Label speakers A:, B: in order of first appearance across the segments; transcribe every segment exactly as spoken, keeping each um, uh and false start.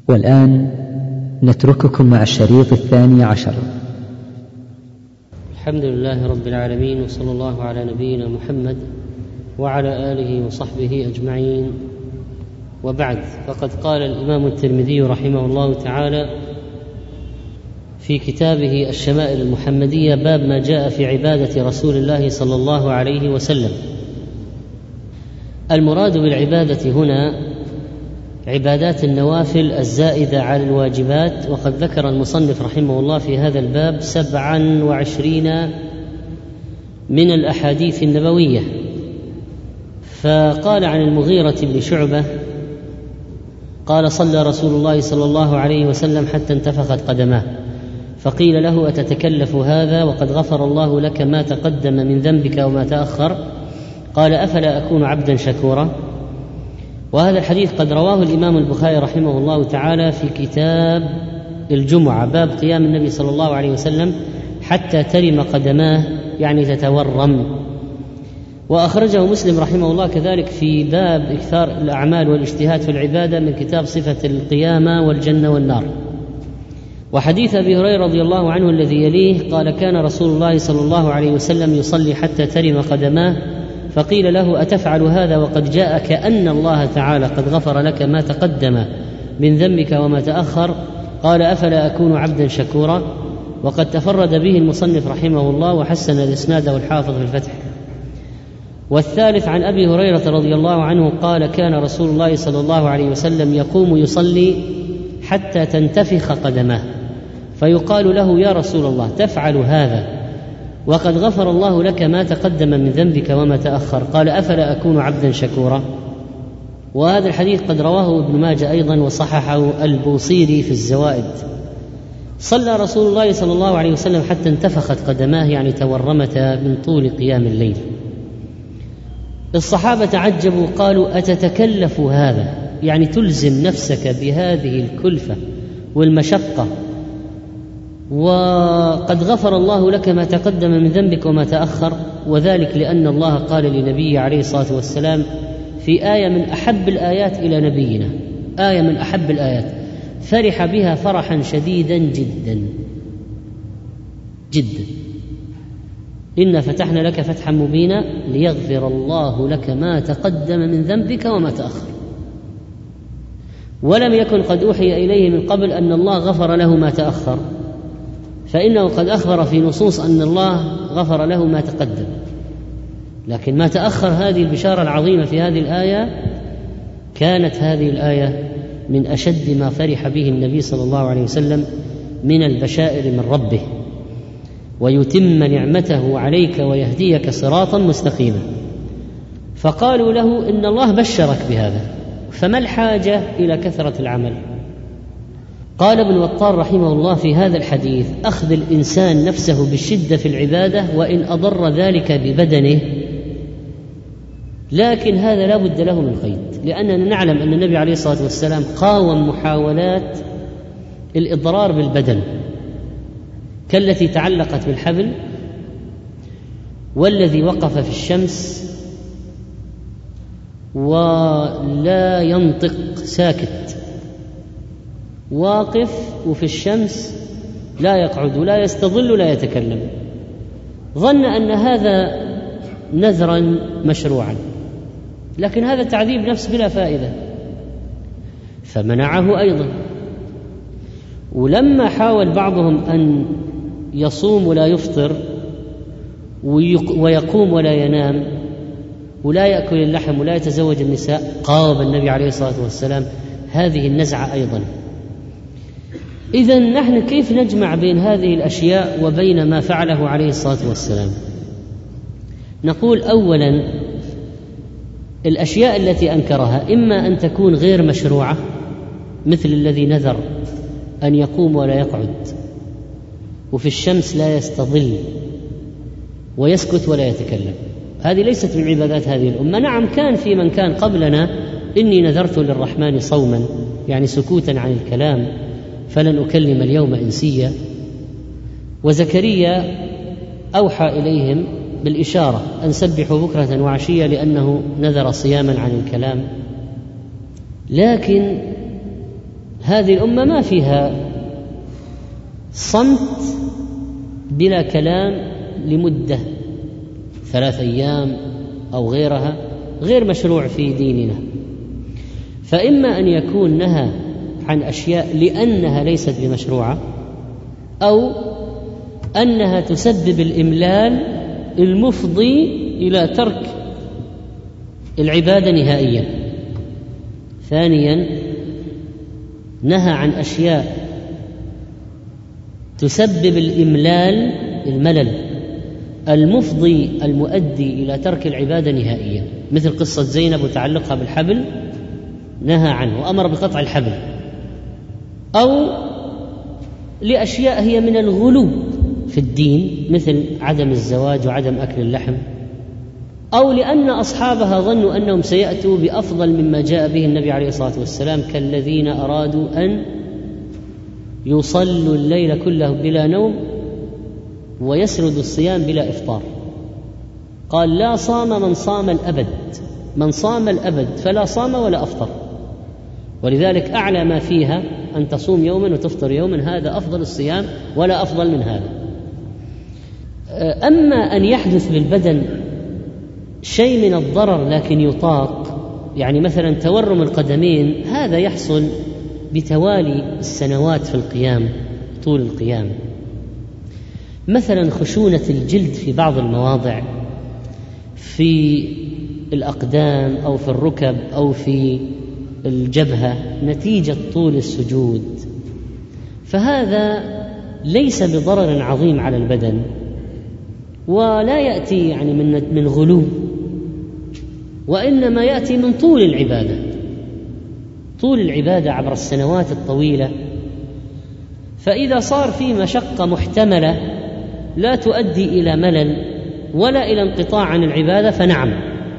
A: والآن نترككم مع الشريط الثاني عشر.
B: الحمد لله رب العالمين، وصلى الله على نبينا محمد وعلى آله وصحبه أجمعين، وبعد. فقد قال الإمام الترمذي رحمه الله تعالى في كتابه الشمائل المحمدية: باب ما جاء في عبادة رسول الله صلى الله عليه وسلم. المراد بالعبادة هنا عبادات النوافل الزائدة على الواجبات، وقد ذكر المصنف رحمه الله في هذا الباب سبعا وعشرين من الأحاديث النبوية. فقال عن المغيرة بن شعبة قال: صلى رسول الله صلى الله عليه وسلم حتى انتفخت قدماه، فقيل له: أتتكلف هذا وقد غفر الله لك ما تقدم من ذنبك وما تأخر؟ قال: أفلا أكون عبدا شكورا؟ وهذا الحديث قد رواه الإمام البخاري رحمه الله تعالى في كتاب الجمعة، باب قيام النبي صلى الله عليه وسلم حتى ترم قدماه، يعني تتورم. وأخرجه مسلم رحمه الله كذلك في باب إكثار الأعمال والاجتهاد في العبادة من كتاب صفة القيامة والجنة والنار. وحديث أبي هريرة رضي الله عنه الذي يليه قال: كان رسول الله صلى الله عليه وسلم يصلي حتى ترم قدماه، فقيل له: أتفعل هذا وقد جاءك أن الله تعالى قد غفر لك ما تقدم من ذنبك وما تأخر؟ قال: أفلا أكون عبدا شكورا؟ وقد تفرد به المصنف رحمه الله وحسن الإسناد والحافظ في الفتح. والثالث عن أبي هريرة رضي الله عنه قال: كان رسول الله صلى الله عليه وسلم يقوم يصلي حتى تنتفخ قدماه، فيقال له: يا رسول الله تفعل هذا وقد غفر الله لك ما تقدم من ذنبك وما تأخر؟ قال: أفلا أكون عبدا شكورا؟ وهذا الحديث قد رواه ابن ماجه أيضا وصححه البوصيري في الزوائد. صلى رسول الله صلى الله عليه وسلم حتى انتفخت قدماه، يعني تورمتا من طول قيام الليل. الصحابة تعجبوا قالوا: أتتكلف هذا؟ يعني تلزم نفسك بهذه الكلفة والمشقة وقد غفر الله لك ما تقدم من ذنبك وما تأخر؟ وذلك لأن الله قال لنبيه عليه الصلاة والسلام في آية من أحب الآيات إلى نبينا، آية من أحب الآيات فرح بها فرحا شديدا جدا جدا: إنا فتحنا لك فتحا مبينا ليغفر الله لك ما تقدم من ذنبك وما تأخر. ولم يكن قد أوحي إليه من قبل أن الله غفر له ما تأخر، فإنه قد أخبر في نصوص أن الله غفر له ما تقدم، لكن ما تأخر هذه البشارة العظيمة في هذه الآية كانت هذه الآية من أشد ما فرح به النبي صلى الله عليه وسلم من البشائر من ربه، ويتم نعمته عليك ويهديك صراطا مستقيما. فقالوا له: إن الله بشرك بهذا، فما الحاجة إلى كثرة العمل؟ قال ابن وطار رحمه الله في هذا الحديث: أخذ الإنسان نفسه بالشدة في العبادة وإن أضر ذلك ببدنه، لكن هذا لا بد له من قيد، لأننا نعلم أن النبي عليه الصلاة والسلام قاوم محاولات الإضرار بالبدن كالتي تعلقت بالحبل، والذي وقف في الشمس ولا ينطق ساكت، واقف وفي الشمس لا يقعد ولا يستظل ولا يتكلم، ظن أن هذا نذرا مشروعا، لكن هذا تعذيب نفس بلا فائدة، فمنعه أيضا. ولما حاول بعضهم أن يصوم ولا يفطر ويقوم ولا ينام ولا يأكل اللحم ولا يتزوج النساء، قاوم النبي عليه الصلاة والسلام هذه النزعة أيضا. إذن نحن كيف نجمع بين هذه الأشياء وبين ما فعله عليه الصلاة والسلام؟ نقول أولا: الأشياء التي أنكرها إما أن تكون غير مشروعة، مثل الذي نذر أن يقوم ولا يقعد وفي الشمس لا يستظل ويسكت ولا يتكلم، هذه ليست من عبادات هذه الأمة. نعم، كان في من كان قبلنا: إني نذرت للرحمن صوما، يعني سكوتا عن الكلام، فلن أكلم اليوم إنسيا. وزكريا أوحى إليهم بالإشارة أن سبحوا بكرة وعشية لأنه نذر صياما عن الكلام. لكن هذه الأمة ما فيها صمت بلا كلام لمدة ثلاث أيام أو غيرها، غير مشروع في ديننا. فإما أن يكون نهى عن أشياء لأنها ليست بمشروعة، أو أنها تسبب الإملال المفضي إلى ترك العبادة نهائيا. ثانيا، نهى عن أشياء تسبب الإملال الملل المفضي المؤدي إلى ترك العبادة نهائيا، مثل قصة زينب وتعلقها بالحبل، نهى عنه وأمر بقطع الحبل. أو لأشياء هي من الغلو في الدين، مثل عدم الزواج وعدم أكل اللحم، أو لأن أصحابها ظنوا أنهم سيأتوا بأفضل مما جاء به النبي عليه الصلاة والسلام، كالذين أرادوا أن يصلوا الليل كله بلا نوم ويسردوا الصيام بلا إفطار. قال: لا صام من صام الأبد، من صام الأبد فلا صام ولا أفطر. ولذلك أعلى ما فيها أن تصوم يوما وتفطر يوما، هذا أفضل الصيام ولا أفضل من هذا. أما أن يحدث للبدن شيء من الضرر لكن يطاق، يعني مثلا تورم القدمين، هذا يحصل بتوالي السنوات في القيام، طول القيام. مثلا خشونة الجلد في بعض المواضع، في الأقدام أو في الركب أو في الجبهة نتيجة طول السجود، فهذا ليس بضرر عظيم على البدن، ولا يأتي يعني من من غلو، وإنما يأتي من طول العبادة، طول العبادة عبر السنوات الطويلة. فإذا صار في مشقة محتملة لا تؤدي إلى ملل ولا إلى انقطاع عن العبادة فنعم.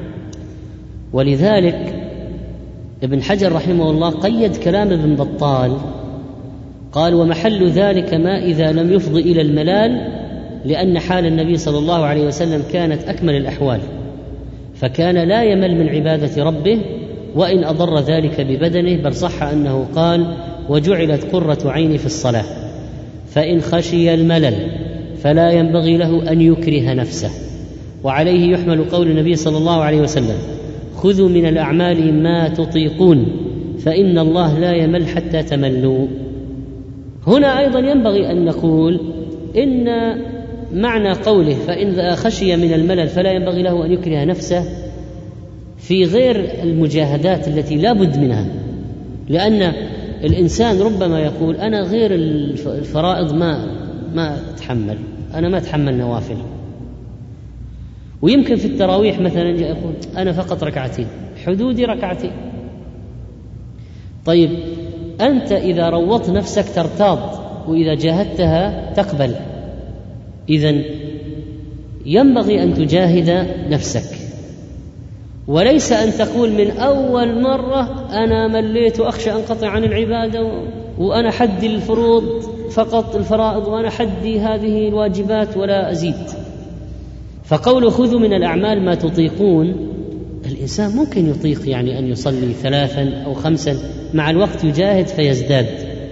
B: ولذلك ابن حجر رحمه الله قيد كلام ابن بطال، قال: ومحل ذلك ما إذا لم يفض إلى الملال، لأن حال النبي صلى الله عليه وسلم كانت أكمل الأحوال، فكان لا يمل من عبادة ربه وإن أضر ذلك ببدنه، بل صح أنه قال: وجعلت قرة عيني في الصلاة. فإن خشي الملل فلا ينبغي له أن يكره نفسه. وعليه يحمل قول النبي صلى الله عليه وسلم: خذوا من الأعمال ما تطيقون فإن الله لا يمل حتى تملوا. هنا أيضا ينبغي أن نقول إن معنى قوله فإن خشي من الملل فلا ينبغي له أن يكره نفسه في غير المجاهدات التي لا بد منها، لأن الإنسان ربما يقول: أنا غير الفرائض ما ما أتحمل، أنا ما أتحمل نوافل. ويمكن في التراويح مثلا يقول: أنا فقط ركعتين، حدودي ركعتين. طيب أنت إذا روضت نفسك ترتاض، وإذا جاهدتها تقبل. إذن ينبغي أن تجاهد نفسك، وليس أن تقول من أول مرة أنا مليت وأخشى أنقطع عن العبادة وأنا حدي الفروض فقط الفرائض وأنا حدي هذه الواجبات ولا أزيد. فقول خذوا من الأعمال ما تطيقون، الإنسان ممكن يطيق يعني أن يصلي ثلاثا أو خمسا، مع الوقت يجاهد فيزداد.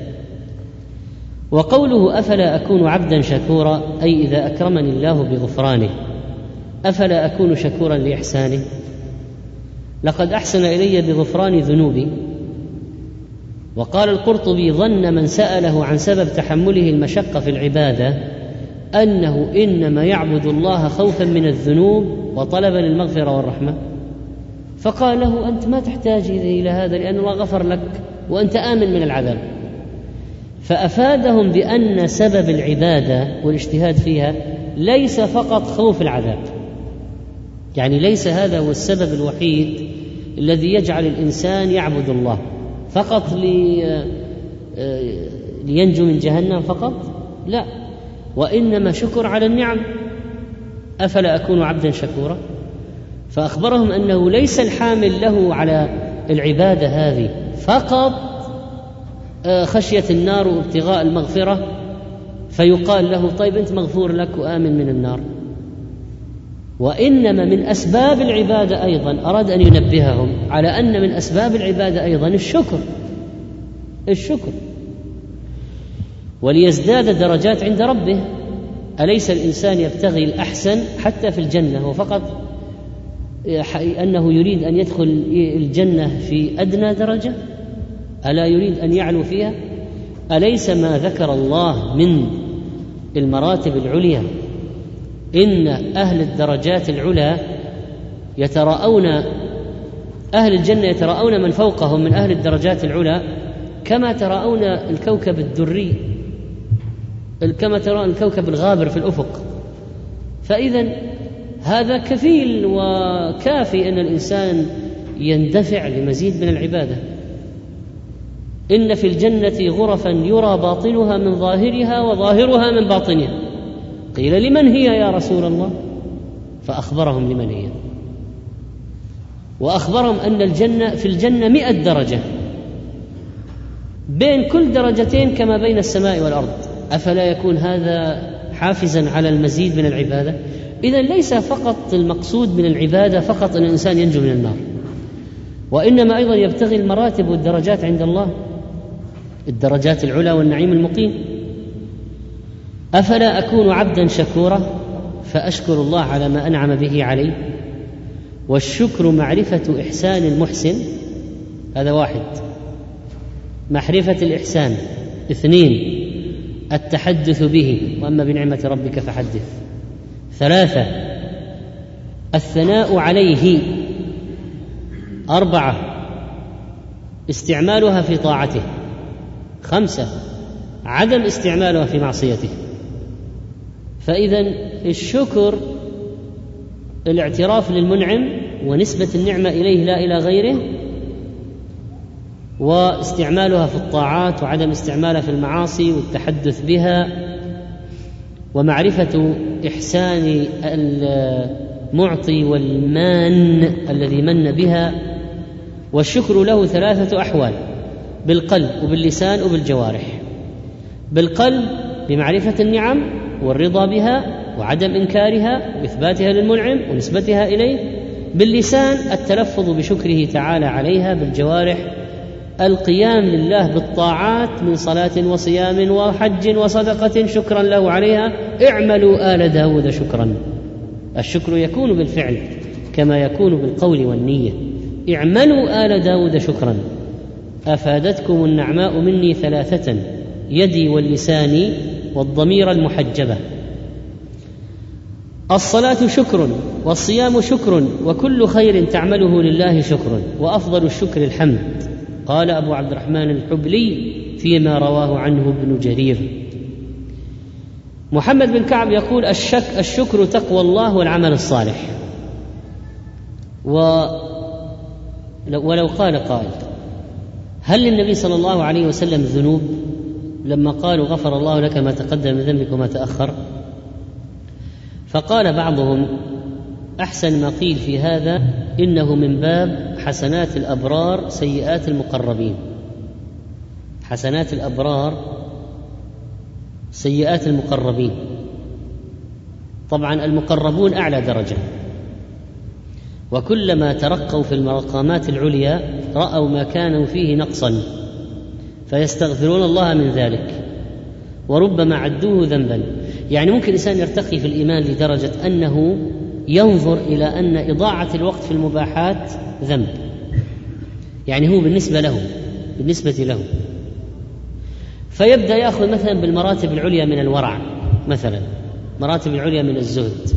B: وقوله أفلا أكون عبدا شكورا، أي إذا أكرمني الله بغفرانه أفلا أكون شكورا لإحسانه؟ لقد أحسن إلي بغفران ذنوبي. وقال القرطبي: ظن من سأله عن سبب تحمله المشقة في العبادة أنه إنما يعبد الله خوفا من الذنوب وطلبا للمغفرة والرحمة، فقال له: أنت ما تحتاج إلى هذا لأن الله غفر لك وأنت آمن من العذاب. فأفادهم بأن سبب العبادة والاجتهاد فيها ليس فقط خوف العذاب، يعني ليس هذا هو السبب الوحيد الذي يجعل الإنسان يعبد الله فقط لي لينجو من جهنم فقط، لا، وإنما شكر على النعم. أفلا أكون عبدا شكورا؟ فأخبرهم أنه ليس الحامل له على العبادة هذه فقط خشية النار وابتغاء المغفرة، فيقال له: طيب أنت مغفور لك وآمن من النار. وإنما من أسباب العبادة أيضا أراد أن ينبههم على أن من أسباب العبادة أيضا الشكر، الشكر، وليزداد درجات عند ربه. أليس الإنسان يبتغي الأحسن حتى في الجنة؟ هو فقط أنه يريد أن يدخل الجنة في أدنى درجة؟ ألا يريد أن يعلو فيها؟ أليس ما ذكر الله من المراتب العليا إن أهل الدرجات العلى يتراءون، أهل الجنة يتراءون من فوقهم من أهل الدرجات العلى كما تراءون الكوكب الدري، كما تراءون الكوكب الغابر في الأفق. فإذا هذا كفيل وكافي أن الإنسان يندفع لمزيد من العبادة. إن في الجنة غرفا يرى باطنها من ظاهرها وظاهرها من باطنها، قيل لمن هي يا رسول الله؟ فأخبرهم لمن هي، وأخبرهم أن الجنة في الجنة مئة درجة، بين كل درجتين كما بين السماء والأرض. أفلا يكون هذا حافزا على المزيد من العبادة؟ إذن ليس فقط المقصود من العبادة فقط أن الإنسان ينجو من النار، وإنما أيضا يبتغي المراتب والدرجات عند الله، الدرجات العلى والنعيم المقيم. أفلا أكون عبدا شكورا فأشكر الله على ما أنعم به علي؟ والشكر معرفة إحسان المحسن، هذا واحد، معرفة الإحسان. اثنين، التحدث به، وأما بنعمة ربك فحدث. ثلاثة، الثناء عليه. أربعة، استعمالها في طاعته. خمسة، عدم استعمالها في معصيته. فإذن الشكر الاعتراف للمنعم ونسبة النعمة إليه لا إلى غيره، واستعمالها في الطاعات وعدم استعمالها في المعاصي والتحدث بها، ومعرفة إحسان المعطي والمان الذي من بها. والشكر له ثلاثة أحوال: بالقلب وباللسان وبالجوارح. بالقلب بمعرفة النعم والرضا بها وعدم إنكارها وإثباتها للمنعم ونسبتها إليه. باللسان التلفظ بشكره تعالى عليها. بالجوارح القيام لله بالطاعات من صلاة وصيام وحج وصدقة شكرا له عليها. اعملوا آل داود شكرا. الشكر يكون بالفعل كما يكون بالقول والنية. اعملوا آل داود شكرا. أفادتكم النعماء مني ثلاثة: يدي واللسان والضمير المحجبة. الصلاة شكر، والصيام شكر، وكل خير تعمله لله شكر، وأفضل الشكر الحمد. قال أبو عبد الرحمن الحبلي فيما رواه عنه ابن جرير. محمد بن كعب يقول: الشك الشكر تقوى الله والعمل الصالح. ولو قال قائل: هل للنبي صلى الله عليه وسلم ذنوب؟ لما قالوا غفر الله لك ما تقدم من ذنبك وما تأخر. فقال بعضهم: أحسن ما قيل في هذا إنه من باب حسنات الأبرار سيئات المقربين. حسنات الأبرار سيئات المقربين. طبعا المقربون أعلى درجة، وكلما ترقوا في المقامات العليا رأوا ما كانوا فيه نقصا فيستغفرون الله من ذلك، وربما عدوه ذنبا. يعني ممكن الإنسان يرتقي في الإيمان لدرجة أنه ينظر إلى أن إضاعة الوقت في المباحات ذنب، يعني هو بالنسبة له بالنسبة له فيبدأ يأخذ مثلا بالمراتب العليا من الورع، مثلا مراتب العليا من الزهد،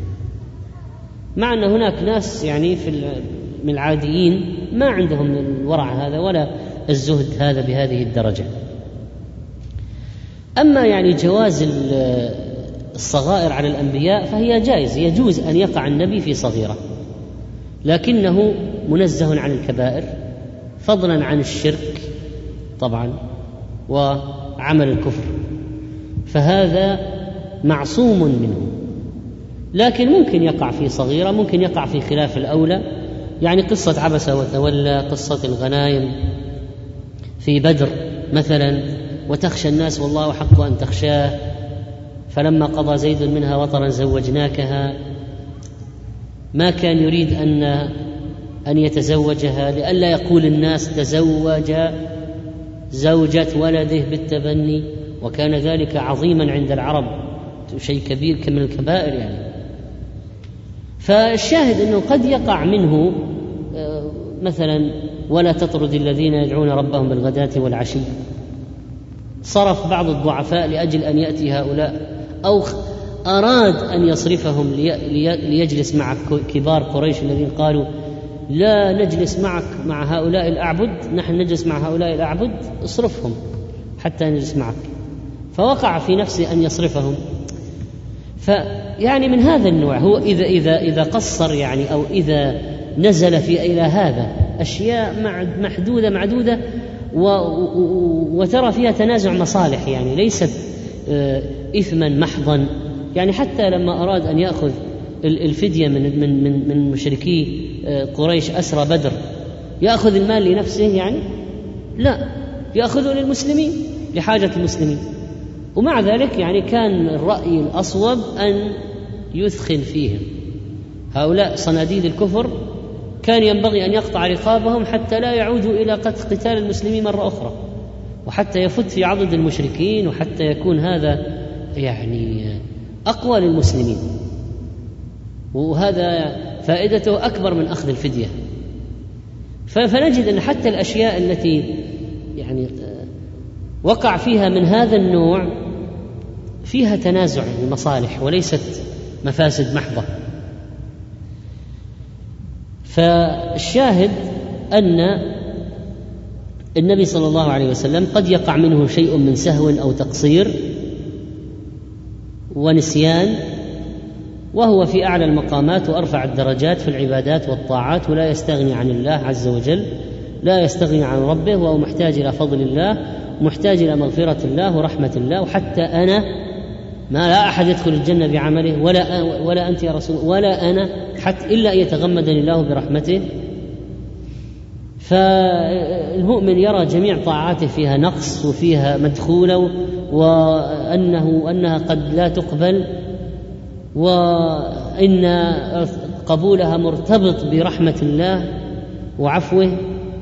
B: مع أن هناك ناس يعني في من العاديين ما عندهم الورع هذا ولا الزهد هذا بهذه الدرجة. أما يعني جواز الصغائر على الأنبياء فهي جائز، يجوز أن يقع النبي في صغيرة، لكنه منزه عن الكبائر، فضلا عن الشرك طبعا وعمل الكفر، فهذا معصوم منه. لكن ممكن يقع في صغيرة، ممكن يقع في خلاف الأولى، يعني قصة عبس وتولى، قصة الغنائم في بدر مثلا، وتخشى الناس والله حق أن تخشاه، فلما قضى زيد منها وطرا زوجناكها، ما كان يريد أن أن يتزوجها لئلا يقول الناس تزوج زوجة ولده بالتبني، وكان ذلك عظيما عند العرب، شيء كبير من الكبائر يعني. فالشاهد أنه قد يقع منه مثلا ولا تطرد الذين يدعون ربهم بالغداة والعشي، صرف بعض الضعفاء لأجل أن يأتي هؤلاء، أو أراد أن يصرفهم ليجلس مع كبار قريش الذين قالوا لا نجلس معك مع هؤلاء الأعبد، نحن نجلس مع هؤلاء الأعبد، اصرفهم حتى نجلس معك، فوقع في نفسه أن يصرفهم. فيعني من هذا النوع هو إذا إذا إذا قصر يعني، أو إذا نزل في إلى هذا أشياء محدودة معدودة وترى فيها تنازع مصالح، يعني ليست إثما محضا. يعني حتى لما أراد أن يأخذ الفدية من من من من مشركي قريش أسرى بدر، يأخذ المال لنفسه يعني؟ لا، يأخذه للمسلمين لحاجة المسلمين. ومع ذلك يعني كان الرأي الأصوب أن يثخن فيهم هؤلاء صناديد الكفر، كان ينبغي أن يقطع رقابهم حتى لا يعودوا إلى قتال المسلمين مرة أخرى، وحتى يفت في عضد المشركين، وحتى يكون هذا يعني أقوى للمسلمين، وهذا فائدته أكبر من أخذ الفدية. فنجد أن حتى الأشياء التي يعني وقع فيها من هذا النوع فيها تنازع المصالح وليست مفاسد محضة. فالشاهد أن النبي صلى الله عليه وسلم قد يقع منه شيء من سهو أو تقصير ونسيان، وهو في أعلى المقامات وأرفع الدرجات في العبادات والطاعات، ولا يستغني عن الله عز وجل، لا يستغني عن ربه، وهو محتاج إلى فضل الله، محتاج إلى مغفرة الله ورحمة الله. وحتى أنا ما لا أحد يدخل الجنة بعمله، ولا ولا أنت يا رسول، ولا أنا، حتى إلا أن يتغمدني الله برحمته. فالمؤمن يرى جميع طاعاته فيها نقص وفيها مدخولة، وأنه أنها قد لا تقبل، وإن قبولها مرتبط برحمة الله وعفوه.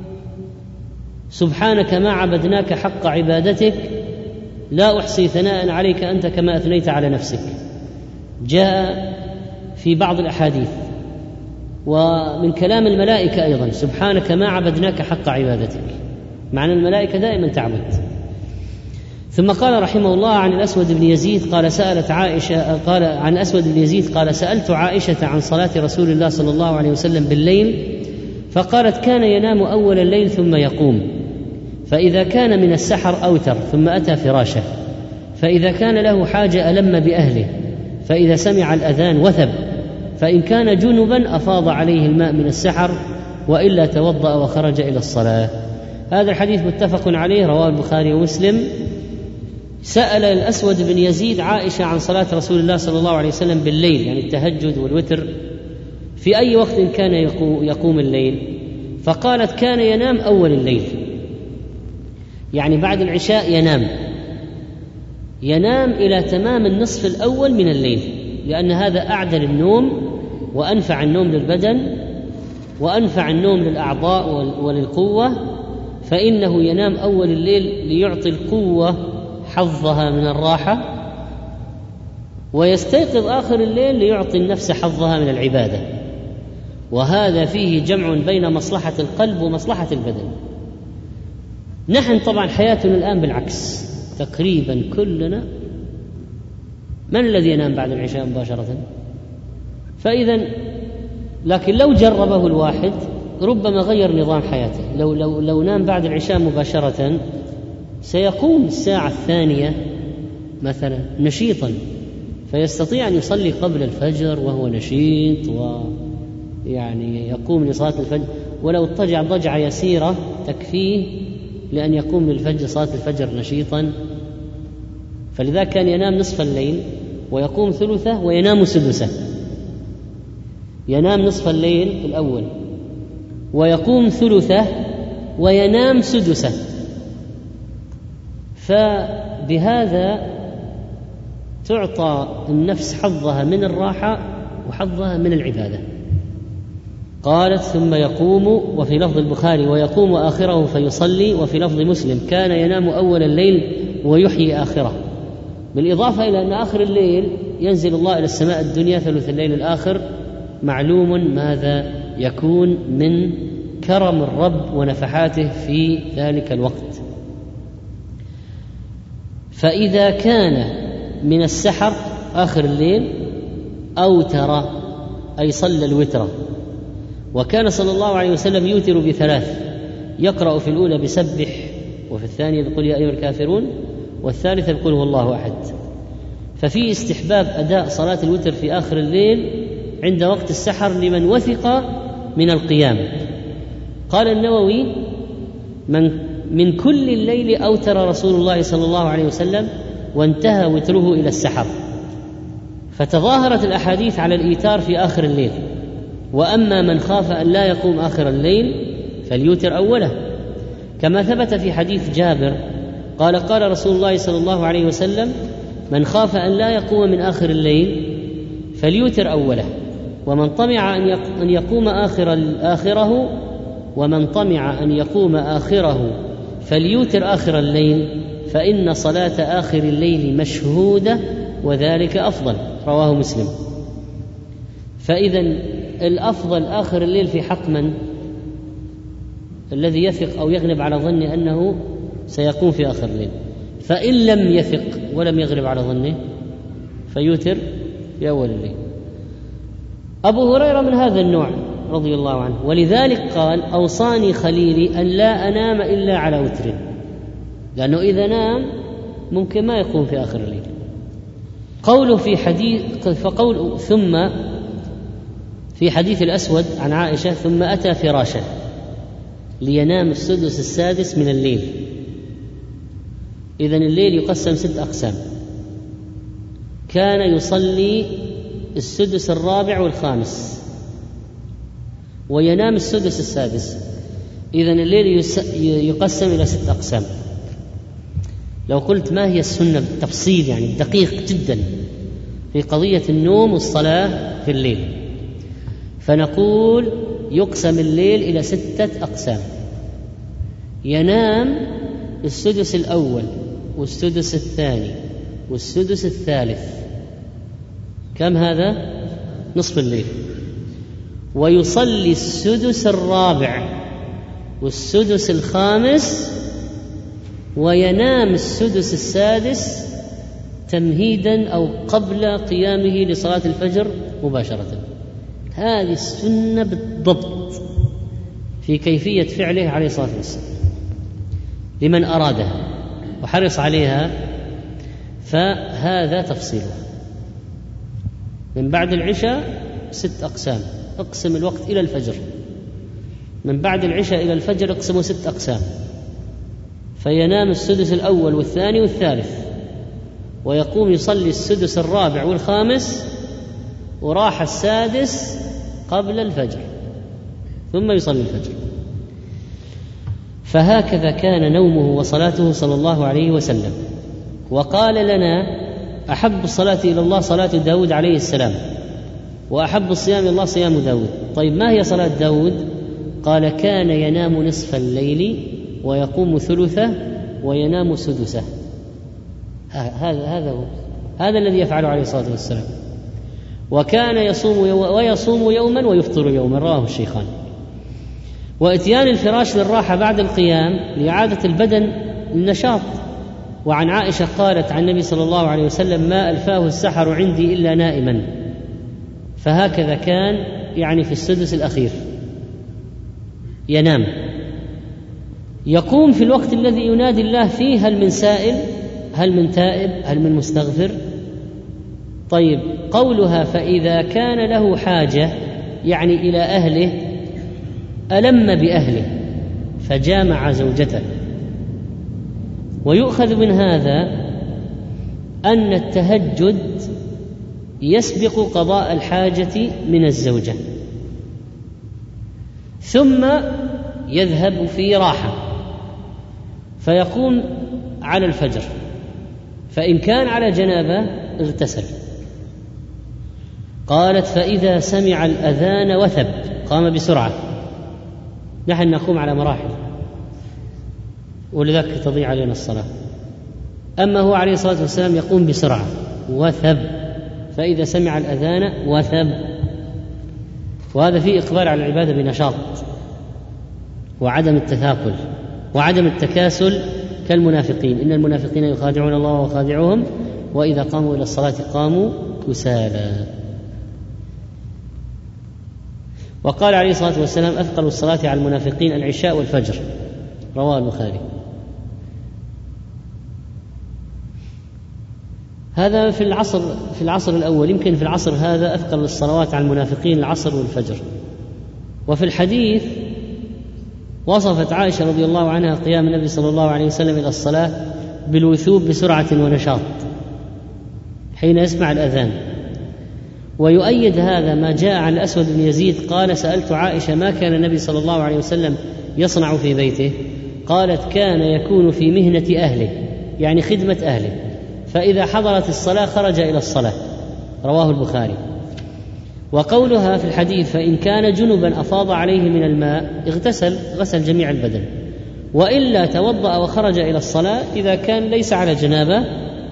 B: سبحانك ما عبدناك حق عبادتك، لا أحصي ثناء عليك أنت كما أثنيت على نفسك، جاء في بعض الأحاديث. ومن كلام الملائكة أيضا سبحانك ما عبدناك حق عبادتك، معنى الملائكة دائما تعبد. ثم قال رحمه الله عن الأسود بن يزيد قال سألت عائشة قال عن الأسود بن يزيد قال سألت عائشة عن صلاة رسول الله صلى الله عليه وسلم بالليل، فقالت كان ينام أول الليل ثم يقوم، فإذا كان من السحر أوتر ثم أتى فراشه، فإذا كان له حاجة ألم بأهله، فإذا سمع الأذان وثب، فإن كان جنبا أفاض عليه الماء من السحر، وإلا توضأ وخرج إلى الصلاة. هذا الحديث متفق عليه، رواه البخاري ومسلم. سأل الأسود بن يزيد عائشة عن صلاة رسول الله صلى الله عليه وسلم بالليل، يعني التهجد والوتر، في أي وقت كان يقوم الليل؟ فقالت كان ينام أول الليل، يعني بعد العشاء ينام ينام إلى تمام النصف الأول من الليل، لأن هذا أعدل النوم وأنفع النوم للبدن وأنفع النوم للأعضاء وللقوة، فإنه ينام أول الليل ليعطي القوة حظها من الراحة، ويستيقظ آخر الليل ليعطي النفس حظها من العبادة. وهذا فيه جمع بين مصلحة القلب ومصلحة البدن. نحن طبعا حياتنا الآن بالعكس تقريبا كلنا، من الذي ينام بعد العشاء مباشرة؟ فإذا لكن لو جربه الواحد ربما غير نظام حياته. لو, لو, لو نام بعد العشاء مباشرة سيقوم الساعة الثانية مثلا نشيطا، فيستطيع أن يصلي قبل الفجر وهو نشيط، ويعني يقوم لصلاة الفجر، ولو اضطجع ضجعة يسيرة تكفيه لأن يقوم للفجر صلاة الفجر نشيطا. فلذا كان ينام نصف الليل ويقوم ثلثه وينام سدسه، ينام نصف الليل الأول ويقوم ثلثه وينام سدسه. فبهذا تعطى النفس حظها من الراحة وحظها من العبادة. قالت: ثم يقوم، وفي لفظ البخاري: ويقوم آخره فيصلي، وفي لفظ مسلم: كان ينام أول الليل ويحيي آخره، بالإضافة إلى أن آخر الليل ينزل الله إلى السماء الدنيا ثلث الليل الآخر، معلوم ماذا يكون من كرم الرب ونفحاته في ذلك الوقت. فإذا كان من السحر آخر الليل أوتر، أي صلى الوتر، وكان صلى الله عليه وسلم يوتر بثلاث، يقرأ في الأولى بسبح، وفي الثانية بقول يا أيها الكافرون، والثالثة بقول هو الله أحد. ففي استحباب أداء صلاة الوتر في آخر الليل عند وقت السحر لمن وثق من القيام. قال النووي: من, من كل الليل أوتر رسول الله صلى الله عليه وسلم، وانتهى وتره إلى السحر، فتظاهرت الأحاديث على الإيتار في آخر الليل. وأما من خاف أن لا يقوم آخر الليل فليوتر أوله، كما ثبت في حديث جابر قال: قال رسول الله صلى الله عليه وسلم: من خاف أن لا يقوم من آخر الليل فليوتر أوله، ومن طمع أن يقوم آخر آخره ومن طمع أن يقوم آخره فليوتر آخر الليل، فإن صلاة آخر الليل مشهودة وذلك أفضل. رواه مسلم. فإذا الأفضل آخر الليل في حق من؟ الذي يثق أو يغلب على ظنه أنه سيقوم في آخر الليل. فإن لم يثق ولم يغلب على ظنه فيوتر في أول الليل. أبو هريرة من هذا النوع رضي الله عنه، ولذلك قال: أوصاني خليلي أن لا أنام إلا على وتر، لأنه إذا نام ممكن ما يقوم في آخر الليل. قوله في حديث فقول ثم في حديث الأسود عن عائشة: ثم أتى فراشه لينام السدس السادس من الليل. إذن الليل يقسم ست أقسام، كان يصلي السدس الرابع والخامس وينام السدس السادس. إذن الليل يقسم إلى ست أقسام. لو قلت ما هي السنة بالتفصيل، يعني دقيق جدا في قضية النوم والصلاة في الليل، فنقول يقسم الليل إلى ستة أقسام. ينام السدس الأول والسدس الثاني والسدس الثالث، كم هذا؟ نصف الليل. ويصلي السدس الرابع والسدس الخامس، وينام السدس السادس تمهيدا أو قبل قيامه لصلاة الفجر مباشرة. هذه السنة بالضبط في كيفية فعله عليه الصلاة والسلام لمن أرادها وحرص عليها، فهذا تفصيله. من بعد العشاء ست أقسام، اقسم الوقت إلى الفجر. من بعد العشاء إلى الفجر اقسموا ست أقسام، فينام السدس الأول والثاني والثالث، ويقوم يصلي السدس الرابع والخامس، وراح السادس قبل الفجر، ثم يصلي الفجر. فهكذا كان نومه وصلاته صلى الله عليه وسلم. وقال لنا: أحب الصلاة إلى الله صلاة داود عليه السلام، وأحب الصيام إلى الله صيام داود. طيب ما هي صلاة داود؟ قال: كان ينام نصف الليل ويقوم ثلثه وينام سدسه. هذا هذا هو هذا الذي يفعله عليه الصلاة والسلام. وكان يصوم يو ويصوم يوما ويفطر يوما، رواه الشيخان. وإتيان الفراش للراحة بعد القيام لإعادة البدن للنشاط. وعن عائشة قالت عن النبي صلى الله عليه وسلم: ما ألفاه السحر عندي إلا نائما. فهكذا كان، يعني في السدس الأخير ينام. يقوم في الوقت الذي ينادي الله فيه: هل من سائل؟ هل من تائب؟ هل من مستغفر؟ طيب، قولها: فإذا كان له حاجة، يعني إلى أهله، ألم بأهله فجامع زوجته. ويؤخذ من هذا أن التهجد يسبق قضاء الحاجة من الزوجة، ثم يذهب في راحة فيقوم على الفجر، فإن كان على جنابة اغتسل. قالت: فإذا سمع الأذان وثب قام بسرعة. نحن نقوم على مراحل ولذلك تضيع علينا الصلاة، أما هو عليه الصلاة والسلام يقوم بسرعة وثب، فإذا سمع الأذان وثب، وهذا فيه إقبال على العبادة بنشاط وعدم التثاقل وعدم التكاسل كالمنافقين. إن المنافقين يخادعون الله وخادعهم وإذا قاموا إلى الصلاة قاموا كسالى. وقال عليه الصلاة والسلام: أثقل الصلاة على المنافقين العشاء والفجر، رواه البخاري. هذا في العصر في العصر الأول، يمكن في العصر هذا أثقل الصلوات على المنافقين العصر والفجر. وفي الحديث وصفت عائشة رضي الله عنها قيام النبي صلى الله عليه وسلم إلى الصلاة بالوثوب بسرعة ونشاط حين يسمع الأذان. ويؤيد هذا ما جاء عن الأسود بن يزيد قال: سألت عائشة ما كان النبي صلى الله عليه وسلم يصنع في بيته؟ قالت: كان يكون في مهنة أهله، يعني خدمة أهله، فإذا حضرت الصلاة خرج إلى الصلاة، رواه البخاري. وقولها في الحديث: فإن كان جنبا أفاض عليه من الماء اغتسل، غسل جميع البدن، وإلا توضأ وخرج إلى الصلاة. إذا كان ليس على جنابة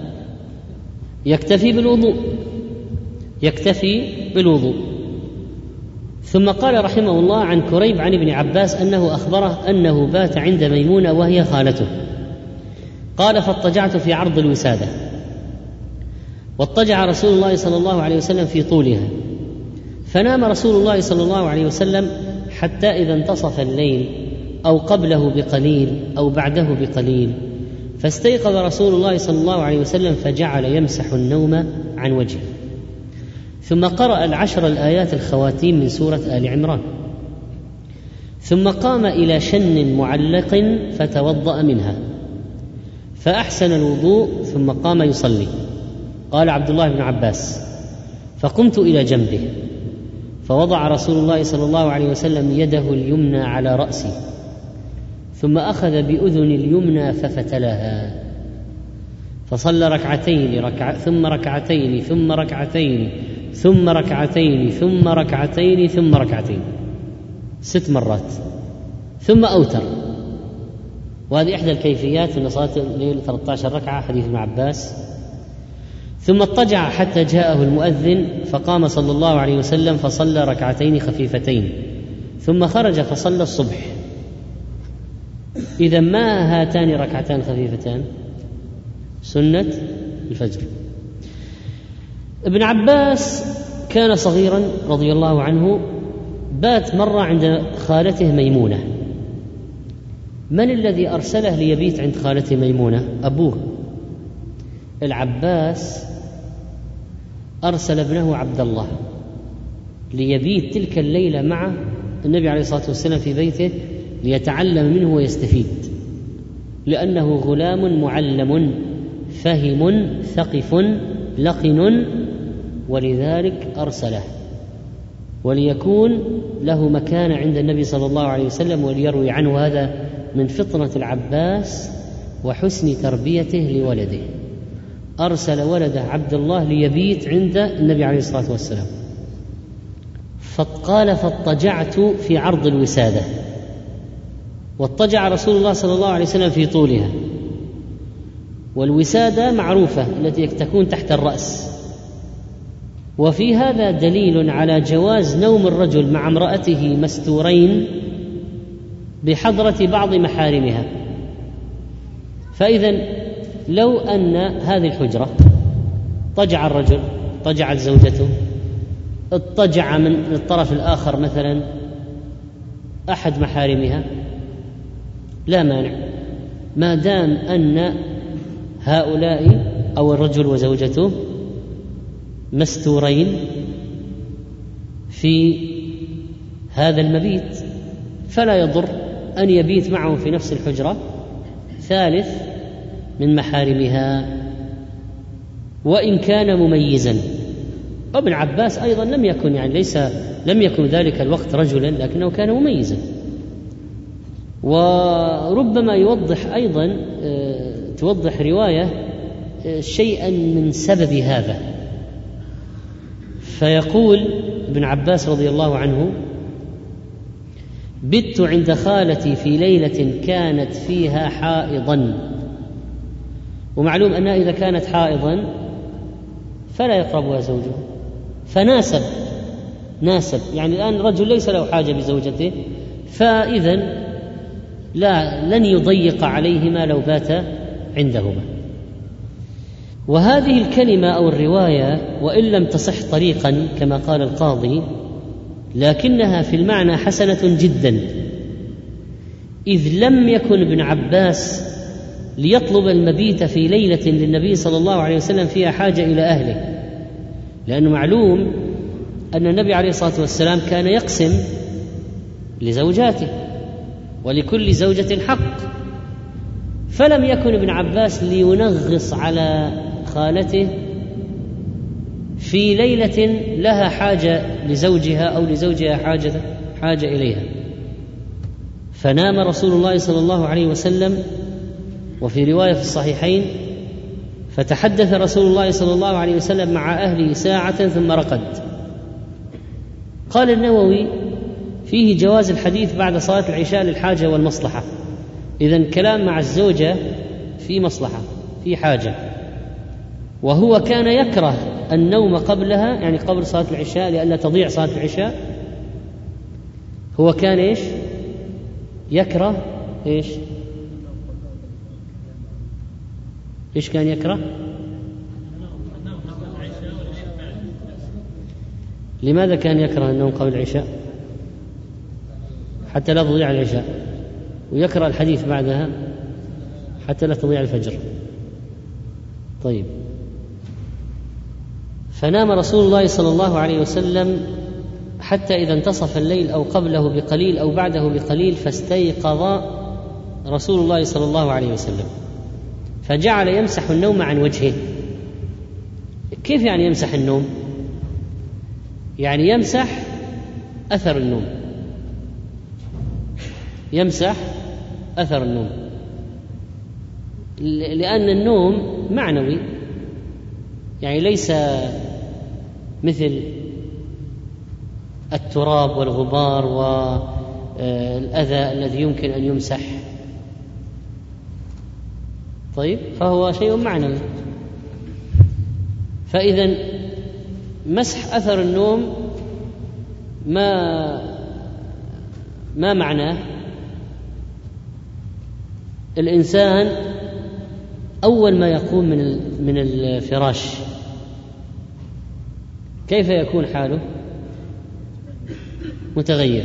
B: يكتفي بالوضوء يكتفي بالوضوء ثم قال رحمه الله عن كريب عن ابن عباس أنه أخبره أنه بات عند ميمونة وهي خالته. قال: فاضطجعت في عرض الوسادة، واضطجع رسول الله صلى الله عليه وسلم في طولها، فنام رسول الله صلى الله عليه وسلم حتى إذا انتصف الليل أو قبله بقليل أو بعده بقليل، فاستيقظ رسول الله صلى الله عليه وسلم فجعل يمسح النوم عن وجهه، ثم قرأ العشر الآيات الخواتيم من سورة آل عمران، ثم قام إلى شن معلق فتوضأ منها فأحسن الوضوء ثم قام يصلي. قال عبد الله بن عباس: فقمت إلى جنبه فوضع رسول الله صلى الله عليه وسلم يده اليمنى على رأسي، ثم أخذ بأذن اليمنى ففتلها، فصلى ركعتين ركع ثم ركعتين ثم ركعتين ثم ركعتين ثم ركعتين ثم ركعتين ست مرات، ثم أوتر. وهذه إحدى الكيفيات في صلاة الليل، ثلاثة عشر ركعة، حديث ابن عباس. ثم اضطجع حتى جاءه المؤذن فقام صلى الله عليه وسلم فصلى ركعتين خفيفتين، ثم خرج فصلى الصبح. إذا ما هاتان ركعتان خفيفتان؟ سنة الفجر. ابن عباس كان صغيرا رضي الله عنه، بات مرة عند خالته ميمونة. من الذي أرسله ليبيت عند خالته ميمونة؟ أبوه العباس أرسل ابنه عبد الله ليبيت تلك الليلة مع النبي عليه الصلاة والسلام في بيته ليتعلم منه ويستفيد، لأنه غلام معلم فهم ثقف لقن، ولذلك أرسله وليكون له مكانة عند النبي صلى الله عليه وسلم وليروي عنه. هذا من فطنة العباس وحسن تربيته لولده، أرسل ولده عبد الله ليبيت عند النبي عليه الصلاة والسلام. فقال: فاضطجعت في عرض الوسادة، واضطجع رسول الله صلى الله عليه وسلم في طولها. والوسادة معروفة التي تكون تحت الرأس. وفي هذا دليل على جواز نوم الرجل مع امرأته مستورين بحضرة بعض محارمها. فإذا لو أن هذه الحجرة اضطجع الرجل، اضطجعت زوجته، اضطجع من الطرف الآخر مثلا أحد محارمها، لا مانع ما دام أن هؤلاء أو الرجل وزوجته مستورين في هذا المبيت، فلا يضر أن يبيت معهم في نفس الحجرة ثالث من محارمها وإن كان مميزا. ابن عباس أيضا لم يكن يعني ليس لم يكن ذلك الوقت رجلا، لكنه كان مميزا. وربما يوضح أيضا توضح رواية شيئا من سبب هذا. فيقول ابن عباس رضي الله عنه: بت عند خالتي في ليلة كانت فيها حائضا. ومعلوم أنها إذا كانت حائضا فلا يقربها زوجها، فناسب ناسب يعني الآن رجل ليس له حاجة بزوجته، فإذن لا لن يضيق عليهما لو بات عندهما. وهذه الكلمة أو الرواية وإن لم تصح طريقا كما قال القاضي، لكنها في المعنى حسنة جدا، إذ لم يكن ابن عباس ليطلب المبيت في ليلة للنبي صلى الله عليه وسلم فيها حاجة إلى أهله، لأنه معلوم أن النبي عليه الصلاة والسلام كان يقسم لزوجاته ولكل زوجة حق، فلم يكن ابن عباس لينغص على خالته في ليلة لها حاجة لزوجها أو لزوجها حاجة, حاجة إليها. فنام رسول الله صلى الله عليه وسلم، وفي رواية في الصحيحين: فتحدث رسول الله صلى الله عليه وسلم مع أهله ساعة ثم رقد. قال النووي: فيه جواز الحديث بعد صلاة العشاء للحاجة والمصلحة. إذن كلام مع الزوجة في مصلحة في حاجة، وهو كان يكره النوم قبلها، يعني قبل صلاة العشاء لئلا تضيع صلاة العشاء. هو كان إيش يكره إيش إيش كان يكره؟ لماذا كان يكره النوم قبل العشاء؟ حتى لا تضيع العشاء، ويكره الحديث بعدها حتى لا تضيع الفجر. طيب، فنام رسول الله صلى الله عليه وسلم حتى إذا انتصف الليل أو قبله بقليل أو بعده بقليل، فاستيقظ رسول الله صلى الله عليه وسلم فجعل يمسح النوم عن وجهه. كيف يعني يمسح النوم؟ يعني يمسح أثر النوم، يمسح أثر النوم، لأن النوم معنوي، يعني ليس مثل التراب والغبار والأذى الذي يمكن أن يمسح. طيب، فهو شيء معنوي. فإذا مسح أثر النوم ما ما معناه؟ الإنسان أول ما يقوم من من الفراش كيف يكون حاله؟ متغير.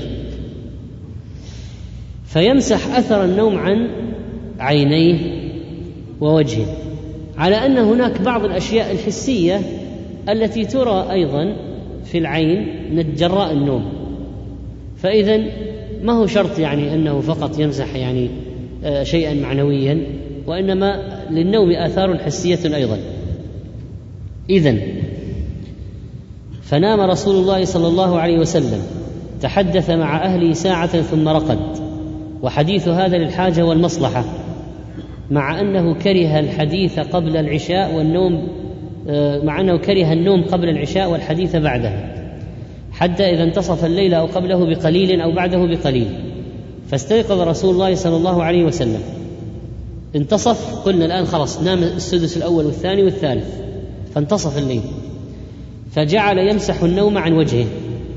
B: فيمسح أثر النوم عن عينيه ووجهه، على أن هناك بعض الأشياء الحسية التي ترى أيضا في العين من جراء النوم. فإذن ما هو شرط يعني أنه فقط يمسح يعني شيئا معنويا، وإنما للنوم آثار حسية أيضا. إذن فنام رسول الله صلى الله عليه وسلم، تحدث مع أهله ساعة ثم رقد، وحديث هذا للحاجة والمصلحة، مع أنه كره الحديث قبل العشاء والنوم، مع أنه كره النوم قبل العشاء والحديث بعدها، حتى إذا انتصف الليل أو قبله بقليل أو بعده بقليل. فاستيقظ رسول الله صلى الله عليه وسلم، انتصف، قلنا الآن خلص نام السدس الأول والثاني والثالث، فانتصف الليل، فجعل يمسح النوم عن وجهه،